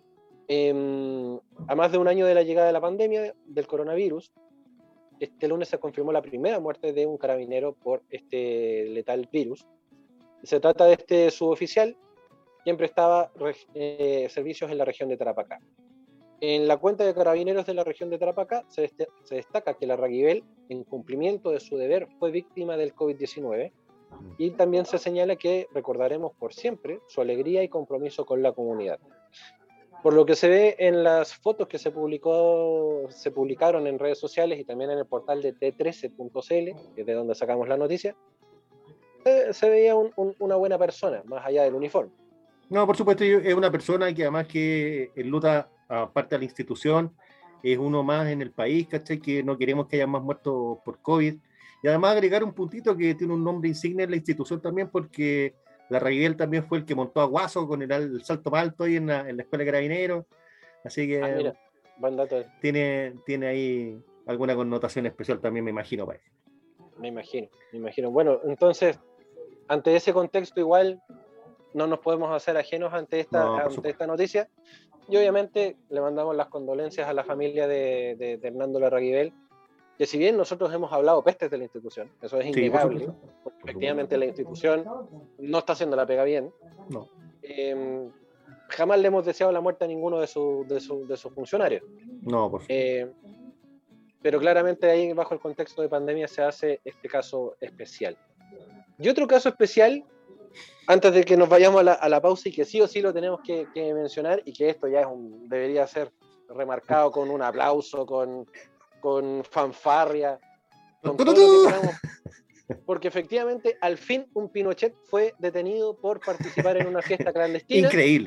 A más de un año de la llegada de la pandemia del coronavirus, este lunes se confirmó la primera muerte de un carabinero por este letal virus. Se trata de este suboficial, quien prestaba servicios en la región de Tarapacá. En la cuenta de carabineros de la región de Tarapacá se destaca que Larraguibel, en cumplimiento de su deber, fue víctima del COVID-19 y también se señala que recordaremos por siempre su alegría y compromiso con la comunidad. Por lo que se ve en las fotos que se publicaron en redes sociales y también en el portal de t13.cl, que es de donde sacamos la noticia, se veía una buena persona, más allá del uniforme. No, por supuesto, es una persona que además que enluta, aparte de la institución, es uno más en el país, ¿cachai? Que no queremos que haya más muertos por COVID. Y además agregar un puntito que tiene un nombre insignia en la institución también, porque Larraguibel también fue el que montó a Guaso con el salto más alto ahí en la escuela de carabineros. Así que mira, buen dato. tiene ahí alguna connotación especial también, me imagino, para eso. Me imagino. Bueno, entonces, ante ese contexto igual no nos podemos hacer ajenos ante esta noticia, y obviamente le mandamos las condolencias a la familia de Hernando Larraguibel, que si bien nosotros hemos hablado pestes de la institución, eso es innegable, porque efectivamente la institución no está haciendo la pega bien, no. Jamás le hemos deseado la muerte a ninguno de sus funcionarios. No, por favor. Pero claramente ahí bajo el contexto de pandemia se hace este caso especial. Y otro caso especial, antes de que nos vayamos a la pausa, y que sí o sí lo tenemos que mencionar, y que esto ya debería ser remarcado con un aplauso, con fanfarria, con todo lo que queramos, porque efectivamente al fin un Pinochet fue detenido por participar en una fiesta clandestina.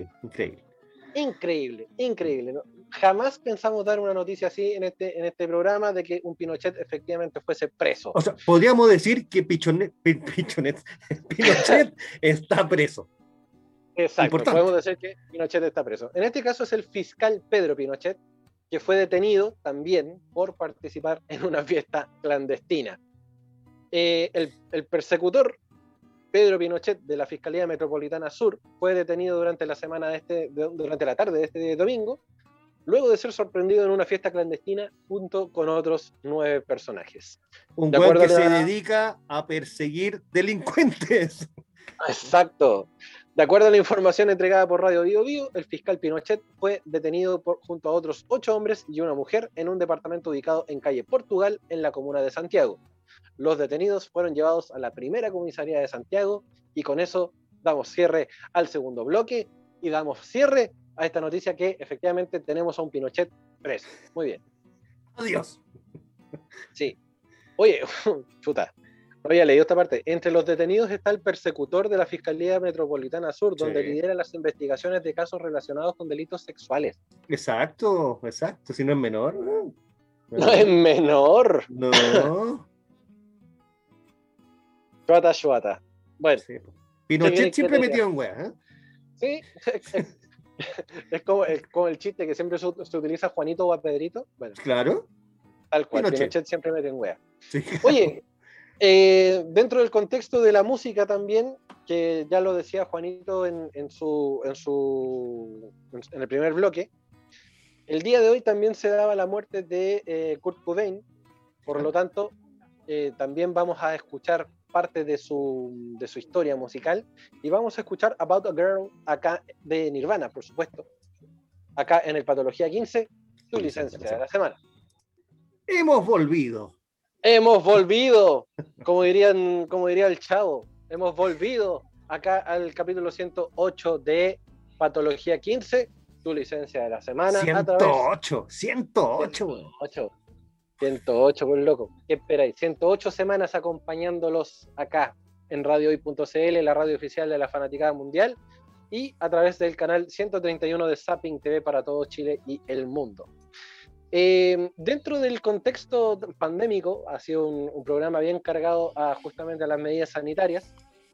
Increíble, ¿no? Jamás pensamos dar una noticia así en este programa de que un Pinochet efectivamente fuese preso. O sea, podríamos decir que Pinochet está preso. Exacto, importante. Podemos decir que Pinochet está preso. En este caso es el fiscal Pedro Pinochet, que fue detenido también por participar en una fiesta clandestina. El persecutor Pedro Pinochet de la Fiscalía Metropolitana Sur fue detenido durante la tarde de este domingo, luego de ser sorprendido en una fiesta clandestina junto con otros 9 personajes. Un güey que se dedica a perseguir delincuentes. Exacto. De acuerdo a la información entregada por Radio Bio Bio, el fiscal Pinochet fue detenido junto a otros 8 hombres y una mujer en un departamento ubicado en calle Portugal, en la comuna de Santiago. Los detenidos fueron llevados a la primera comisaría de Santiago, y con eso damos cierre al segundo bloque y damos cierre a esta noticia que efectivamente tenemos a un Pinochet preso. Muy bien. Adiós. Sí. Oye, chuta, no había leído esta parte. Entre los detenidos está el persecutor de la Fiscalía Metropolitana Sur, donde lidera las investigaciones de casos relacionados con delitos sexuales. Exacto. Si no es menor. No es menor. No. Chuata. Bueno. Sí. Pinochet siempre metido en weas, Sí. Es como el chiste que siempre se utiliza Juanito o a Pedrito. Bueno, claro. Tal cual, Pinochet siempre mete en wea. Sí. Oye, dentro del contexto de la música también, que ya lo decía Juanito en el primer bloque, el día de hoy también se daba la muerte de Kurt Cobain, por lo tanto, también vamos a escuchar parte de su historia musical, y vamos a escuchar About a Girl acá de Nirvana, por supuesto, acá en el Patología 15, tu licencia de la semana. Hemos volvido, como diría el Chavo, hemos volvido acá al capítulo 108 de Patología 15, tu licencia de la semana. 108, 108, por loco. ¿Qué esperáis? 108 semanas acompañándolos acá en radiohoy.cl, la radio oficial de la Fanaticada Mundial, y a través del canal 131 de Zapping TV para todo Chile y el mundo. Dentro del contexto pandémico, ha sido un programa bien cargado justamente a las medidas sanitarias.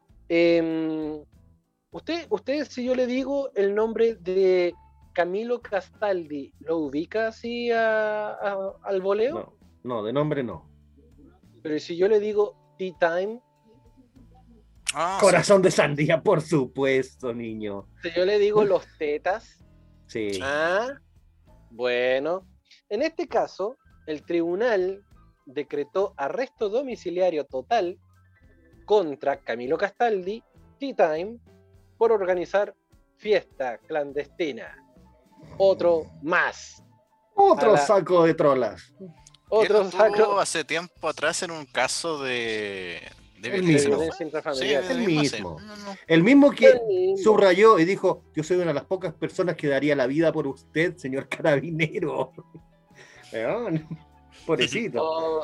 Usted, si yo le digo el nombre de Camilo Castaldi, ¿lo ubica así al voleo? No, de nombre no. Pero si yo le digo Tea Time. Corazón de sandía, por supuesto, niño. Si yo le digo Los Tetas. Sí. Bueno. En este caso, el tribunal decretó arresto domiciliario total contra Camilo Castaldi, Tea Time, por organizar fiesta clandestina. Otro más. Otro saco de trolas. Otro saco. Hace tiempo atrás en un caso de violencia intrafamiliar. Sí, el mismo que subrayó y dijo: yo soy una de las pocas personas que daría la vida por usted, señor carabinero. Pobrecito.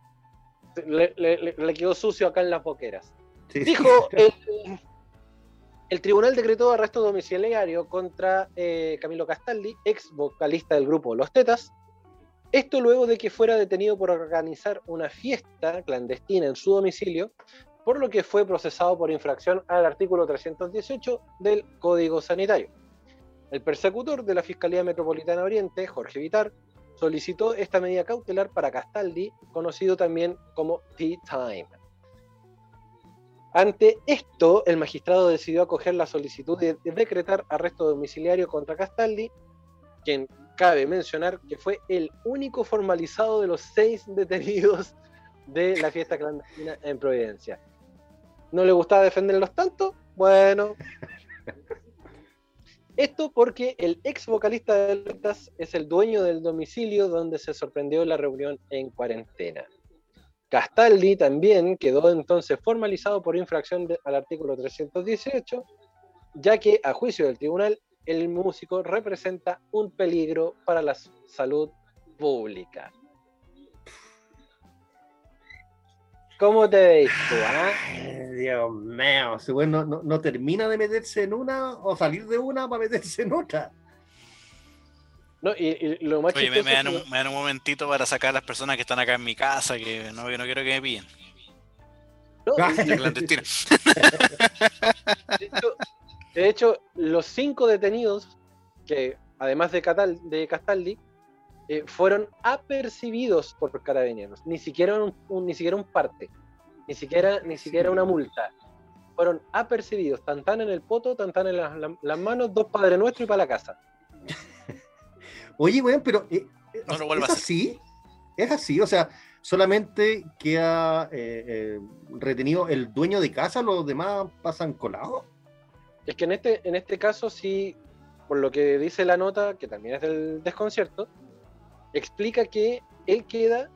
Le quedó sucio acá en las boqueras. Sí, dijo el tribunal decretó arresto domiciliario contra Camilo Castaldi, ex vocalista del grupo Los Tetas. Esto luego de que fuera detenido por organizar una fiesta clandestina en su domicilio, por lo que fue procesado por infracción al artículo 318 del Código Sanitario. El persecutor de la Fiscalía Metropolitana Oriente, Jorge Vitar, solicitó esta medida cautelar para Castaldi, conocido también como Tea Time. Ante esto, el magistrado decidió acoger la solicitud de decretar arresto domiciliario contra Castaldi, quien cabe mencionar que fue el único formalizado de los 6 detenidos de la fiesta clandestina en Providencia. ¿No le gustaba defenderlos tanto? Bueno. Esto porque el ex vocalista de Letras es el dueño del domicilio donde se sorprendió la reunión en cuarentena. Castaldi también quedó entonces formalizado por infracción al artículo 318, ya que a juicio del tribunal el músico representa un peligro para la salud pública. ¿Cómo te ves tú? Dios mío, ese güey no termina de meterse en una o salir de una para meterse en otra. No, y lo más Oye, chistoso me dan un momentito para sacar a las personas que están acá en mi casa, que no quiero que me pillen. No, De clandestino. de hecho, los 5 detenidos, que además de Castaldi, fueron apercibidos por carabineros, ni siquiera un parte, ni siquiera una multa. Fueron apercibidos, tan en el poto, tan en las manos, 2 Padre Nuestro y para la casa. Oye, weón, pero No lo vuelvas ¿es así? ¿Es así? O sea, solamente queda retenido el dueño de casa, los demás pasan colados. Es que en este caso sí, por lo que dice la nota, que también es del desconcierto, explica que él queda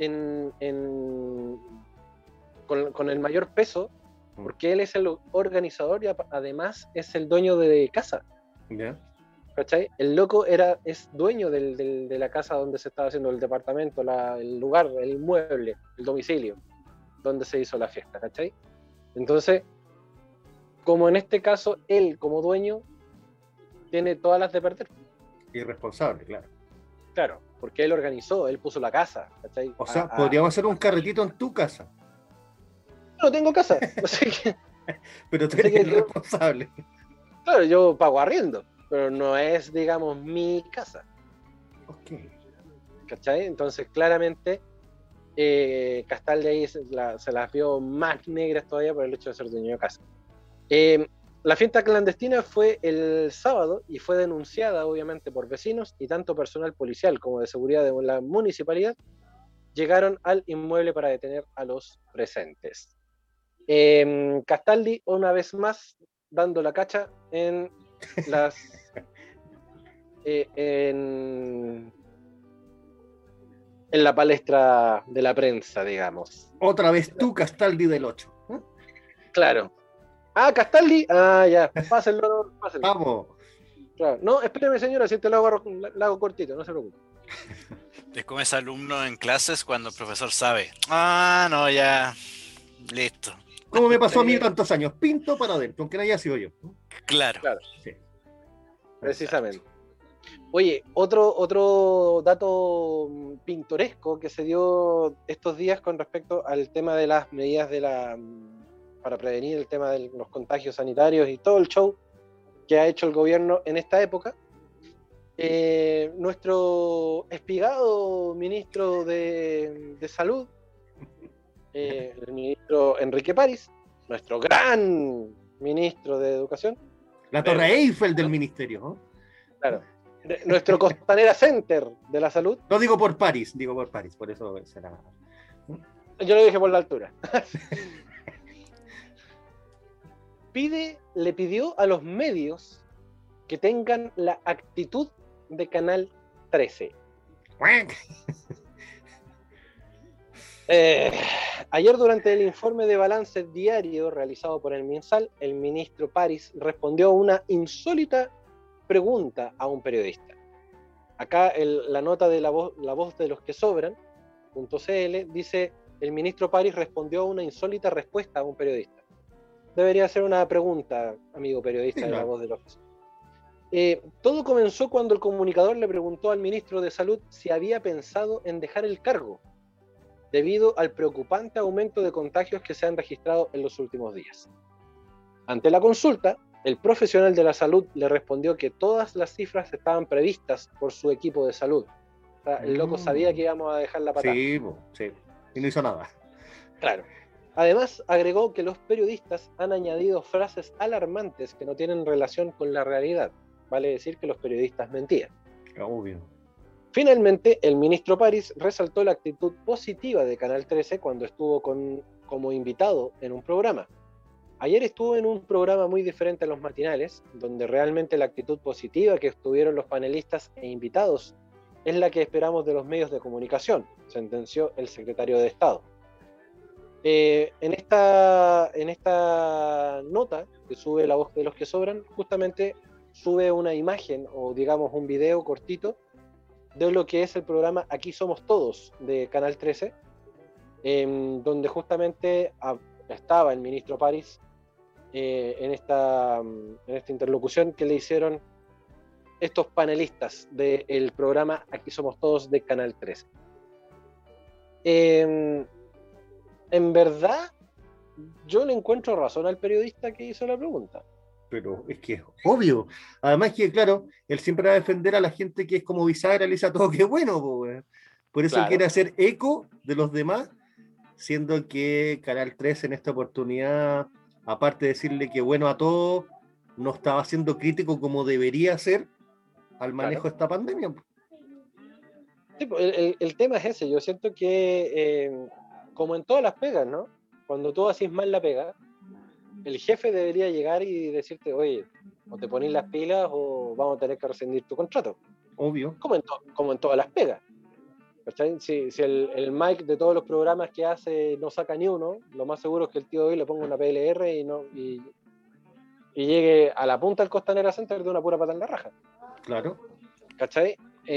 con el mayor peso, porque él es el organizador y además es el dueño de casa. ¿Ya? ¿Cachai? El loco es dueño de la casa donde se estaba haciendo el departamento, el lugar, el mueble, el domicilio, donde se hizo la fiesta, ¿cachai? Entonces, como en este caso, él como dueño tiene todas las de perder. Irresponsable, claro. Claro, porque él organizó, él puso la casa, ¿cachai? O sea, podríamos hacer un carretito en tu casa. No tengo casa, así que... Pero tú eres irresponsable. Claro, yo pago arriendo, pero no es, digamos, mi casa. Ok. ¿Cachai? Entonces, claramente, Castaldi ahí se las vio más negras todavía por el hecho de ser dueño de casa. La fiesta clandestina fue el sábado y fue denunciada, obviamente, por vecinos y tanto personal policial como de seguridad de la municipalidad llegaron al inmueble para detener a los presentes. Castaldi, una vez más, dando la cacha en en la palestra de la prensa, digamos. Otra vez tú, Castaldi del 8. Claro. Ah, Castaldi. Ah, ya. Pásenlo. Vamos. Claro. No, espéreme, señora, si te lo hago cortito, no se preocupe. Es como ese alumno en clases cuando el profesor sabe. Ah, no, ya. Listo. ¿Cómo me pasó a mí tantos años? Pinto para adentro, aunque no haya sido yo. Claro. Sí. Precisamente. Oye, otro dato pintoresco que se dio estos días con respecto al tema de las medidas para prevenir el tema de los contagios sanitarios y todo el show que ha hecho el gobierno en esta época. Nuestro espigado ministro de Salud, el ministro Enrique París, nuestro gran ministro de Educación. La Torre Eiffel del ministerio, ¿no? Claro. Nuestro Costanera Center de la salud. No digo por París, por eso será. Yo lo dije por la altura. Le pidió a los medios que tengan la actitud de Canal 13. Ayer, durante el informe de balance diario realizado por el MinSal, el ministro París respondió a una insólita pregunta a un periodista. Acá la nota de la voz de los que sobran.cl dice: el ministro París respondió a una insólita respuesta a un periodista. Debería ser una pregunta, amigo periodista, de la voz de los que sobran. Todo comenzó cuando el comunicador le preguntó al ministro de Salud si había pensado en dejar el cargo debido al preocupante aumento de contagios que se han registrado en los últimos días. Ante la consulta, el profesional de la salud le respondió que todas las cifras estaban previstas por su equipo de salud, El loco sabía que íbamos a dejar la patada. Sí, sí. Y no hizo nada. Claro. Además, agregó que los periodistas han añadido frases alarmantes que no tienen relación con la realidad. Vale decir que los periodistas mentían. Obvio. Finalmente, el ministro París resaltó la actitud positiva de Canal 13 cuando estuvo como invitado en un programa. Ayer estuvo en un programa muy diferente a los matinales, donde realmente la actitud positiva que tuvieron los panelistas e invitados es la que esperamos de los medios de comunicación, sentenció el secretario de Estado. En esta nota que sube La Voz de los que Sobran, justamente sube una imagen o digamos un video cortito de lo que es el programa Aquí Somos Todos de Canal 13, donde justamente estaba el ministro París en esta interlocución que le hicieron estos panelistas del programa Aquí Somos Todos de Canal 13. En verdad, yo le encuentro razón al periodista que hizo la pregunta. Pero es que es obvio. Además que, claro, él siempre va a defender a la gente que es como bisagra, le dice a todo que es bueno. Por eso Claro. quiere hacer eco de los demás, siendo que Canal 3 en esta oportunidad, aparte de decirle que bueno a todos, no estaba siendo crítico como debería ser al manejo de esta pandemia. Sí, el tema es ese. Yo siento que, como en todas las pegas, ¿no? Cuando tú haces mal la pega, el jefe debería llegar y decirte, oye, o te ponís las pilas o vamos a tener que rescindir tu contrato. Obvio. Como en todas las pegas. ¿Cachai? Si el Mike de todos los programas que hace no saca ni uno, lo más seguro es que el tío hoy le ponga una PLR y llegue a la punta del Costanera Center de una pura pata en la raja. Claro. ¿Cachai?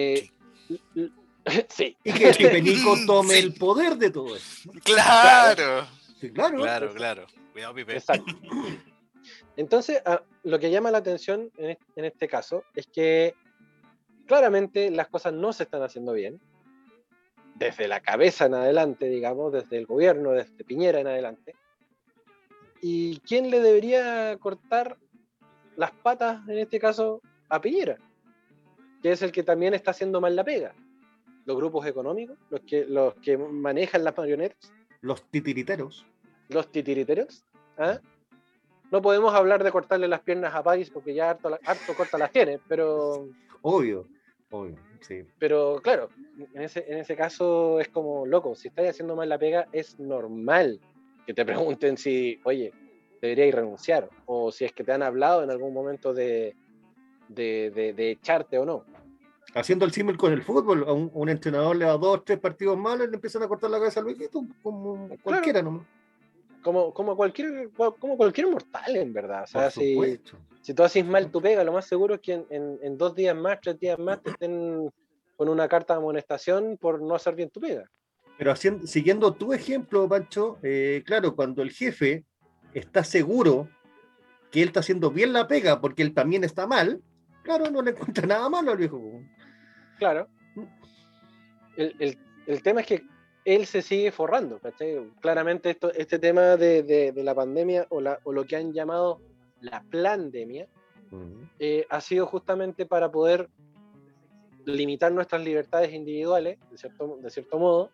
Sí. Y que el Pipenico tome el poder de todo eso. Claro. Sí, claro. Claro. Cuidado, Pipe. Exacto. Entonces, lo que llama la atención en este caso es que claramente las cosas no se están haciendo bien. Desde la cabeza en adelante, digamos, desde el gobierno, desde Piñera en adelante. ¿Y quién le debería cortar las patas, en este caso, a Piñera? Que es el que también está haciendo mal la pega. Los grupos económicos, los que manejan las marionetas. Los titiriteros. Los titiriteros. ¿Ah? No podemos hablar de cortarle las piernas a París porque ya harto corta las tiene, pero... Obvio, sí. Pero claro, en ese caso es como, loco, si estás haciendo mal la pega, es normal que te pregunten si, oye, deberíais renunciar, o si es que te han hablado en algún momento de echarte o no. Haciendo el símil con el fútbol, a un entrenador le da 2 o 3 partidos malos y le empiezan a cortar la cabeza al viejito, como Claro. cualquiera nomás. Como cualquier mortal, en verdad. O sea, si tú haces mal tu pega, lo más seguro es que en 2 días más, 3 días más, te estén con una carta de amonestación por no hacer bien tu pega. Pero siguiendo tu ejemplo, Pancho, claro, cuando el jefe está seguro que él está haciendo bien la pega porque él también está mal, claro, no le encuentra nada malo al viejo. Claro. El tema es que él se sigue forrando, ¿cachai? Claramente este tema de la pandemia o lo que han llamado la plandemia ha sido justamente para poder limitar nuestras libertades individuales, de cierto modo,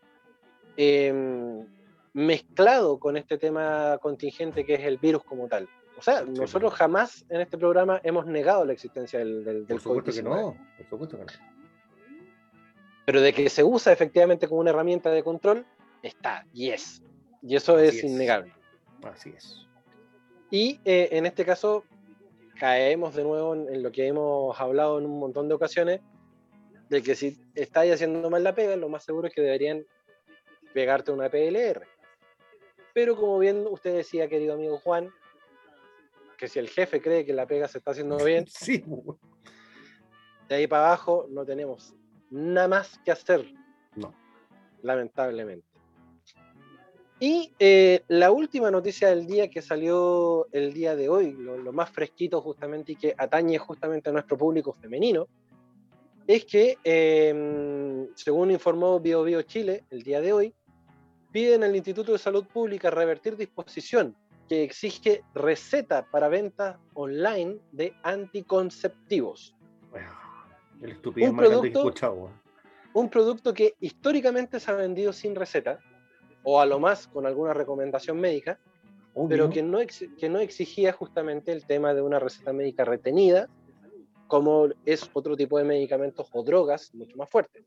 mezclado con este tema contingente que es el virus como tal. O sea, nosotros jamás en este programa hemos negado la existencia del Por supuesto COVID-19. que no, por supuesto que no. Pero de que se usa efectivamente como una herramienta de control, está, y eso es innegable. Así es. Y en este caso caemos de nuevo en lo que hemos hablado en un montón de ocasiones, de que si estáis haciendo mal la pega, lo más seguro es que deberían pegarte una PLR. Pero como bien usted decía, querido amigo Juan, que si el jefe cree que la pega se está haciendo bien, sí. De ahí para abajo no tenemos nada más que hacer. No. Lamentablemente. Y la última noticia del día que salió el día de hoy, lo más fresquito justamente y que atañe justamente a nuestro público femenino, es que, según informó BioBio Chile el día de hoy, piden al Instituto de Salud Pública revertir disposición que exige receta para venta online de anticonceptivos. El estupidez más grande que he escuchado. un producto que históricamente se ha vendido sin receta, o a lo más con alguna recomendación médica, pero que no exigía justamente el tema de una receta médica retenida, como es otro tipo de medicamentos o drogas mucho más fuertes.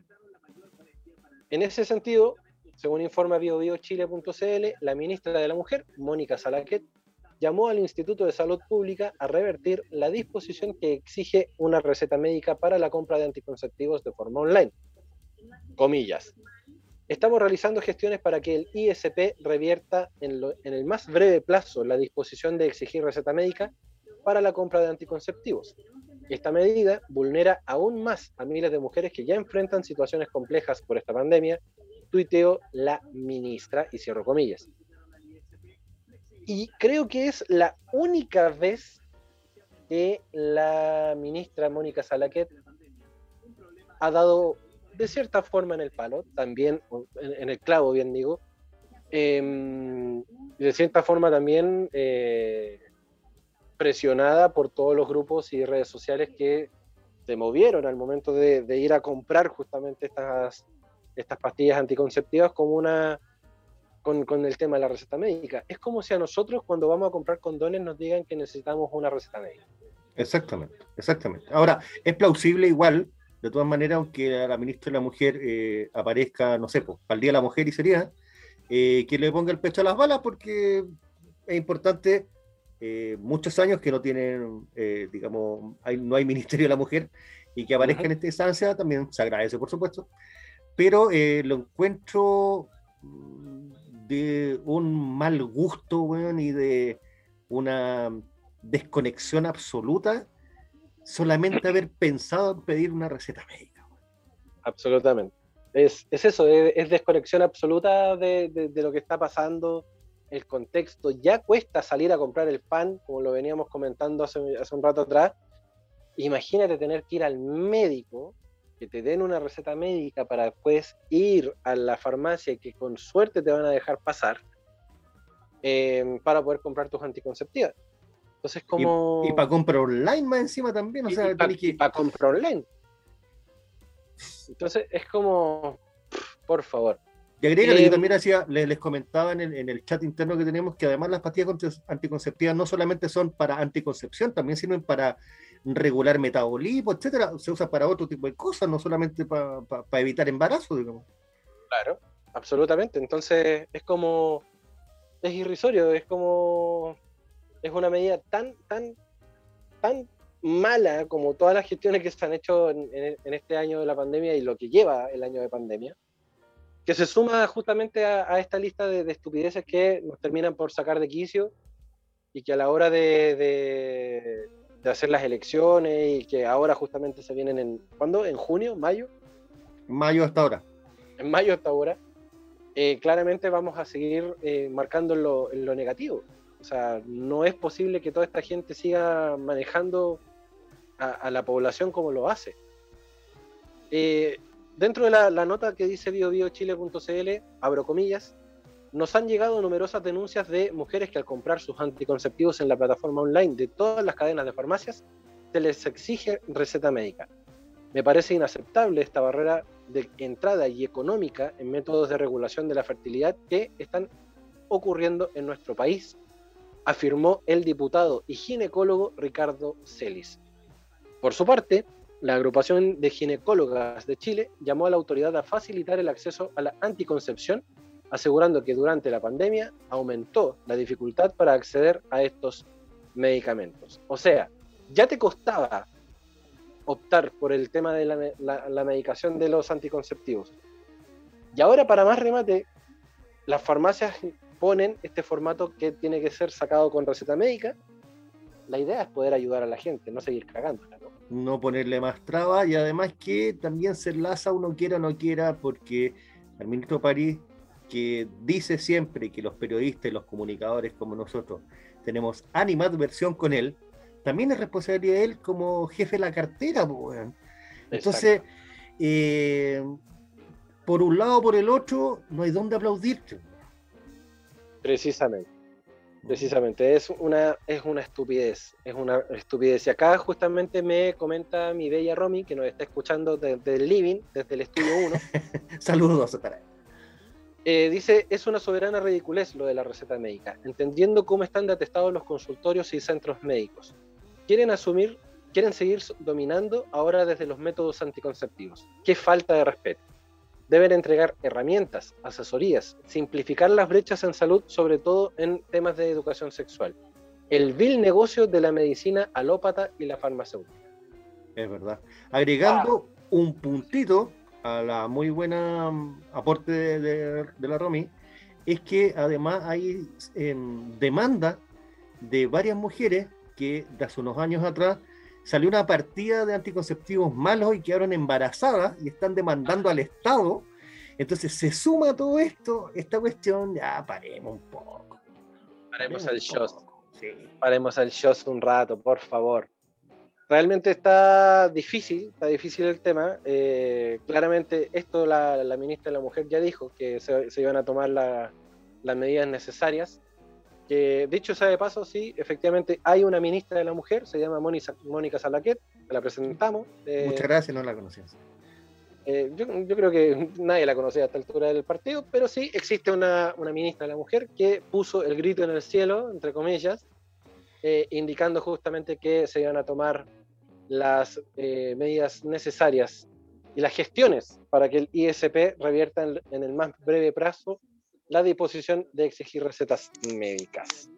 En ese sentido, según informa biobiochile.cl, la ministra de la Mujer, Mónica Salaquet, llamó al Instituto de Salud Pública a revertir la disposición que exige una receta médica para la compra de anticonceptivos de forma online. Comillas. Estamos realizando gestiones para que el ISP revierta en el más breve plazo la disposición de exigir receta médica para la compra de anticonceptivos. Esta medida vulnera aún más a miles de mujeres que ya enfrentan situaciones complejas por esta pandemia, tuiteó la ministra, y cierro comillas. Y creo que es la única vez que la ministra Mónica Salaquet ha dado de cierta forma en el palo, también en el clavo, bien digo, de cierta forma también presionada por todos los grupos y redes sociales que se movieron al momento de ir a comprar justamente estas pastillas anticonceptivas como con el tema de la receta médica. Es como si a nosotros cuando vamos a comprar condones nos digan que necesitamos una receta médica. Exactamente, exactamente. Ahora, es plausible igual, de todas maneras, aunque a la ministra de la Mujer aparezca, no sé, pues, para el Día de la Mujer y sería, que le ponga el pecho a las balas, porque es importante, muchos años que no tienen, digamos, no hay Ministerio de la Mujer, y que aparezca en esta instancia también se agradece, por supuesto, pero lo encuentro de un mal gusto, bueno, y de una desconexión absoluta solamente haber pensado en pedir una receta médica. Absolutamente. Es eso, es desconexión absoluta de lo que está pasando, el contexto. Ya cuesta salir a comprar el pan, como lo veníamos comentando hace un rato atrás. Imagínate tener que ir al médico, que te den una receta médica para después ir a la farmacia que con suerte te van a dejar pasar para poder comprar tus anticonceptivas. Entonces, como... Y para comprar online más encima también, o sea, para comprar online. Entonces, es como, por favor. Y agrégale, yo también les comentaba en el chat interno que tenemos que además las pastillas anticonceptivas no solamente son para anticoncepción, también sirven para regular metabolismo, etcétera. Se usa para otro tipo de cosas, no solamente para evitar embarazo, digamos. Claro, absolutamente. Entonces, es irrisorio, es una medida tan mala como todas las gestiones que se han hecho en este año de la pandemia y lo que lleva el año de pandemia, que se suma justamente a esta lista de estupideces que nos terminan por sacar de quicio y que a la hora de hacer las elecciones y que ahora justamente se vienen ¿cuándo? ¿En junio? ¿Mayo? Mayo hasta ahora. En mayo hasta ahora, claramente vamos a seguir marcando en lo negativo. O sea, no es posible que toda esta gente siga manejando a la población como lo hace. Dentro de la nota que dice biobiochile.cl, abro comillas, nos han llegado numerosas denuncias de mujeres que al comprar sus anticonceptivos en la plataforma online de todas las cadenas de farmacias, se les exige receta médica. Me parece inaceptable esta barrera de entrada y económica en métodos de regulación de la fertilidad que están ocurriendo en nuestro país, afirmó el diputado y ginecólogo Ricardo Celis. Por su parte, la agrupación de ginecólogas de Chile llamó a la autoridad a facilitar el acceso a la anticoncepción, asegurando que durante la pandemia aumentó la dificultad para acceder a estos medicamentos. O sea, ya te costaba optar por el tema de la medicación de los anticonceptivos. Y ahora, para más remate, las farmacias ponen este formato que tiene que ser sacado con receta médica. La idea es poder ayudar a la gente, no seguir cagándola, ¿no? No ponerle más trabas y además que también se enlaza uno quiera o no quiera, porque el ministro París, que dice siempre que los periodistas y los comunicadores como nosotros tenemos animadversión con él, también es responsabilidad de él como jefe de la cartera, pues. Entonces, por un lado o por el otro, no hay dónde aplaudirte. Precisamente. Precisamente, es una estupidez, es una estupidez. Y acá justamente me comenta mi bella Romy, que nos está escuchando desde el living, desde el estudio 1. Saludos para él. Dice, es una soberana ridiculez lo de la receta médica, entendiendo cómo están de atestados los consultorios y centros médicos. Quieren seguir dominando ahora desde los métodos anticonceptivos. Qué falta de respeto. Deben entregar herramientas, asesorías, simplificar las brechas en salud, sobre todo en temas de educación sexual. El vil negocio de la medicina alópata y la farmacéutica. Es verdad. Agregando un puntito a la muy buena aporte de la Romy, es que además hay demanda de varias mujeres que de hace unos años atrás salió una partida de anticonceptivos malos y quedaron embarazadas y están demandando al Estado. Entonces se suma todo esto, esta cuestión, ya paremos un poco. Paremos al show. Sí. Paremos al show un rato, por favor. Realmente está difícil el tema. Claramente esto la ministra de la Mujer ya dijo que se iban a tomar las medidas necesarias. Que dicho sea de paso, sí, efectivamente hay una ministra de la Mujer, se llama Mónica Salaquet, que la presentamos. Muchas gracias, no la conocías. Yo creo que nadie la conocía a esta altura del partido, pero sí existe una ministra de la Mujer que puso el grito en el cielo, entre comillas, indicando justamente que se iban a tomar las medidas necesarias y las gestiones para que el ISP revierta en el más breve plazo la disposición de exigir recetas médicas.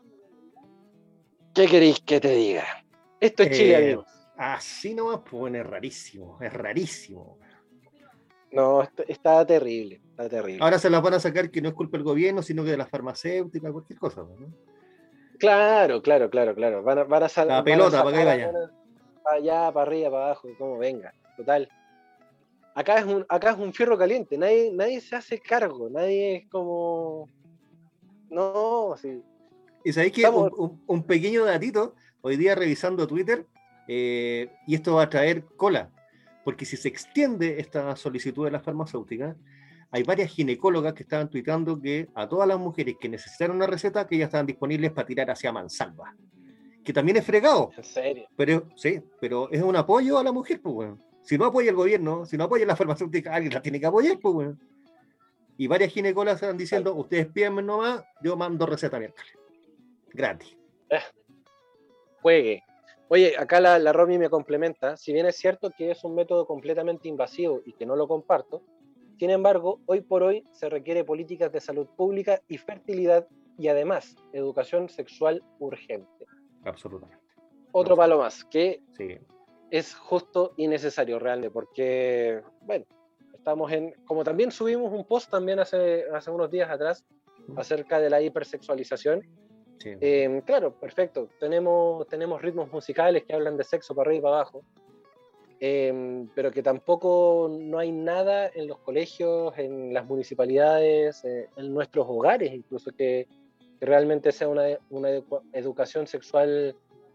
¿Qué queréis que te diga? Esto es Chile, amigos. Así nomás, pues es rarísimo, es rarísimo. No, está terrible, está terrible. Ahora se las van a sacar que no es culpa del gobierno, sino que de las farmacéuticas, cualquier cosa, ¿no? Claro. Van a sacar la pelota, para que vaya. Para allá, para arriba, para abajo, como venga. Total. Acá es un fierro caliente, nadie se hace cargo, nadie es como... No, sí. Y sabéis que un pequeño datito, hoy día revisando Twitter, y esto va a traer cola, porque si se extiende esta solicitud de las farmacéuticas, hay varias ginecólogas que estaban tuitando que a todas las mujeres que necesitaron una receta, que ya estaban disponibles para tirar hacia mansalva. Que también es fregado. ¿En serio? Pero es un apoyo a la mujer, pues, bueno. Si no apoya el gobierno, si no apoya la farmacéutica, alguien la tiene que apoyar, pues, bueno. Y varias ginecólogas están diciendo, ustedes pídanme nomás, yo mando receta miércoles. Gratis. Juegue. Oye, acá la Romy me complementa. Si bien es cierto que es un método completamente invasivo y que no lo comparto, sin embargo, hoy por hoy se requiere políticas de salud pública y fertilidad y además educación sexual urgente. Absolutamente. Otro palo más, que sí, es justo y necesario realmente, porque, bueno, estamos como también subimos un post también hace unos días atrás acerca de la hipersexualización. Sí. Claro, perfecto. Tenemos ritmos musicales que hablan de sexo para arriba y para abajo, pero que tampoco no hay nada en los colegios, en las municipalidades, en nuestros hogares, incluso que realmente sea una educación sexual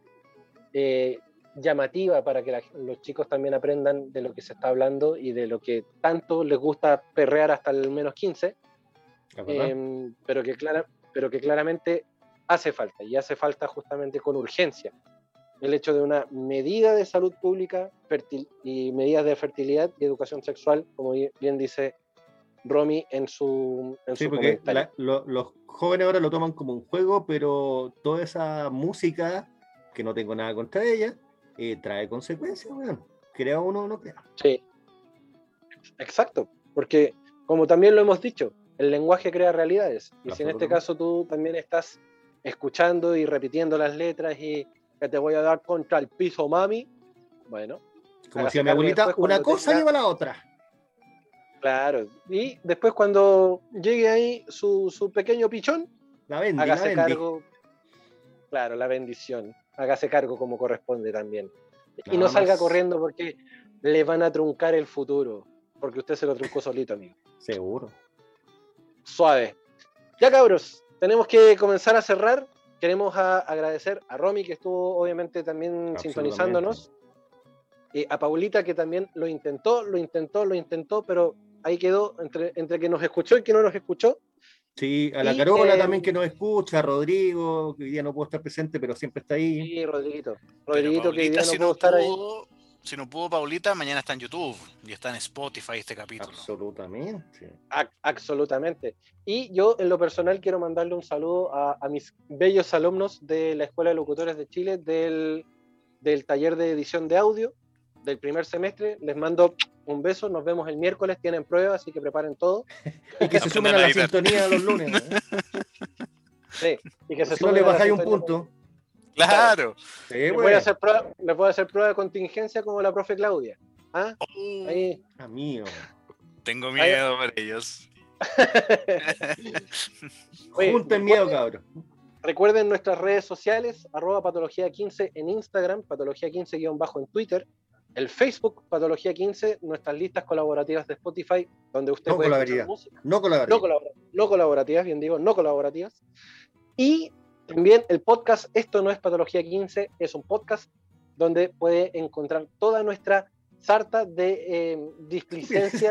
llamativa para que los chicos también aprendan de lo que se está hablando y de lo que tanto les gusta perrear hasta el menos 15, pero que claramente hace falta, y hace falta justamente con urgencia el hecho de una medida de salud pública y medidas de fertilidad y educación sexual, como bien dice Romy en su porque comentario. Los jóvenes ahora lo toman como un juego, pero toda esa música, que no tengo nada contra ella, trae consecuencias, bueno, crea uno o no crea. Sí, exacto, porque como también lo hemos dicho, el lenguaje crea realidades, y si en este caso tú también estás escuchando y repitiendo las letras y que te voy a dar contra el piso, mami, bueno. Como decía mi abuelita, una cosa lleva a la otra. Claro, y después cuando llegue ahí su pequeño pichón, hágase cargo. Claro, la bendición. Hágase cargo como corresponde también. Y no salga corriendo porque le van a truncar el futuro, porque usted se lo truncó solito, amigo. Seguro. Suave. Ya, cabros, tenemos que comenzar a cerrar. Queremos agradecer a Romy, que estuvo obviamente también sintonizándonos, y a Paulita, que también lo intentó, pero ahí quedó entre que nos escuchó y que no nos escuchó. Sí, a la Y, Carola también que nos escucha, a Rodrigo, que hoy día no pudo estar presente, pero siempre está ahí. Sí, Rodriguito. Pero Rodriguito, que hoy Paulita, día no puedo estar ahí. si no pudo Paulita, mañana está en YouTube y está en Spotify este capítulo. Absolutamente. Absolutamente. Y yo, en lo personal, quiero mandarle un saludo a mis bellos alumnos de la Escuela de Locutores de Chile del taller de edición de audio del primer semestre. Les mando un beso, nos vemos el miércoles, tienen pruebas, así que preparen todo. Y que se sumen a la sintonía los lunes. Sí, y que se si no sumen le a la bajáis un sintonía. punto. Claro. Sí, Les voy a hacer prueba de contingencia como la profe Claudia. ¿Ah? Ahí. Amigo. Tengo miedo por ellos. Oye, Junten miedo, cabrón. Recuerden nuestras redes sociales, @patología15 en Instagram, patología15- en Twitter, el Facebook Patología15, nuestras listas colaborativas de Spotify, donde usted puede escuchar música. No colaborativas, bien digo, no colaborativas. Y también el podcast Esto no es Patología 15, es un podcast donde puede encontrar toda nuestra sarta de displicencia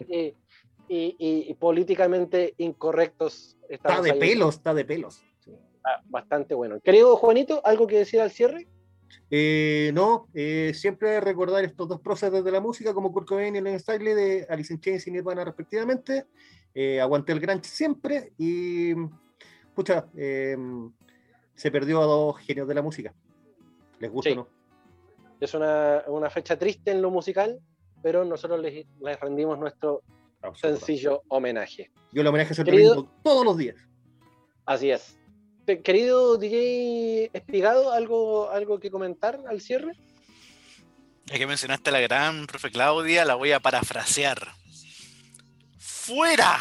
y políticamente incorrectos. Está de pelos. Sí. Bastante bueno. Querido Juanito, ¿algo que decir al cierre? Siempre recordar estos dos próceres de la música, como Kurt Cobain y Len Stiley, de Alice in Chains y Nirvana respectivamente. Aguante el grunge siempre y pucha, se perdió a dos genios de la música. ¿Les gusta o no? Es una fecha triste en lo musical, pero nosotros les rendimos nuestro sencillo homenaje. Yo el homenaje se lo rindo todos los días. Así es. Querido DJ Espigado, ¿algo que comentar al cierre? Ya que mencionaste a la gran profe Claudia, la voy a parafrasear. ¡Fuera!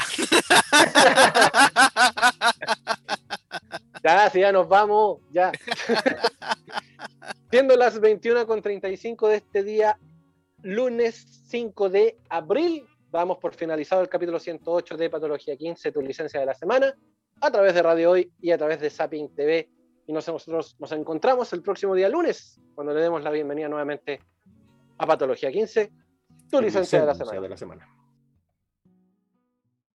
Ya nos vamos, ya. Siendo las 21:35 de este día, lunes 5 de abril, damos por finalizado el capítulo 108 de Patología 15, tu licencia de la semana, a través de Radio Hoy y a través de Zapping TV. Y nosotros nos encontramos el próximo día lunes, cuando le demos la bienvenida nuevamente a Patología 15, tu licencia de la semana.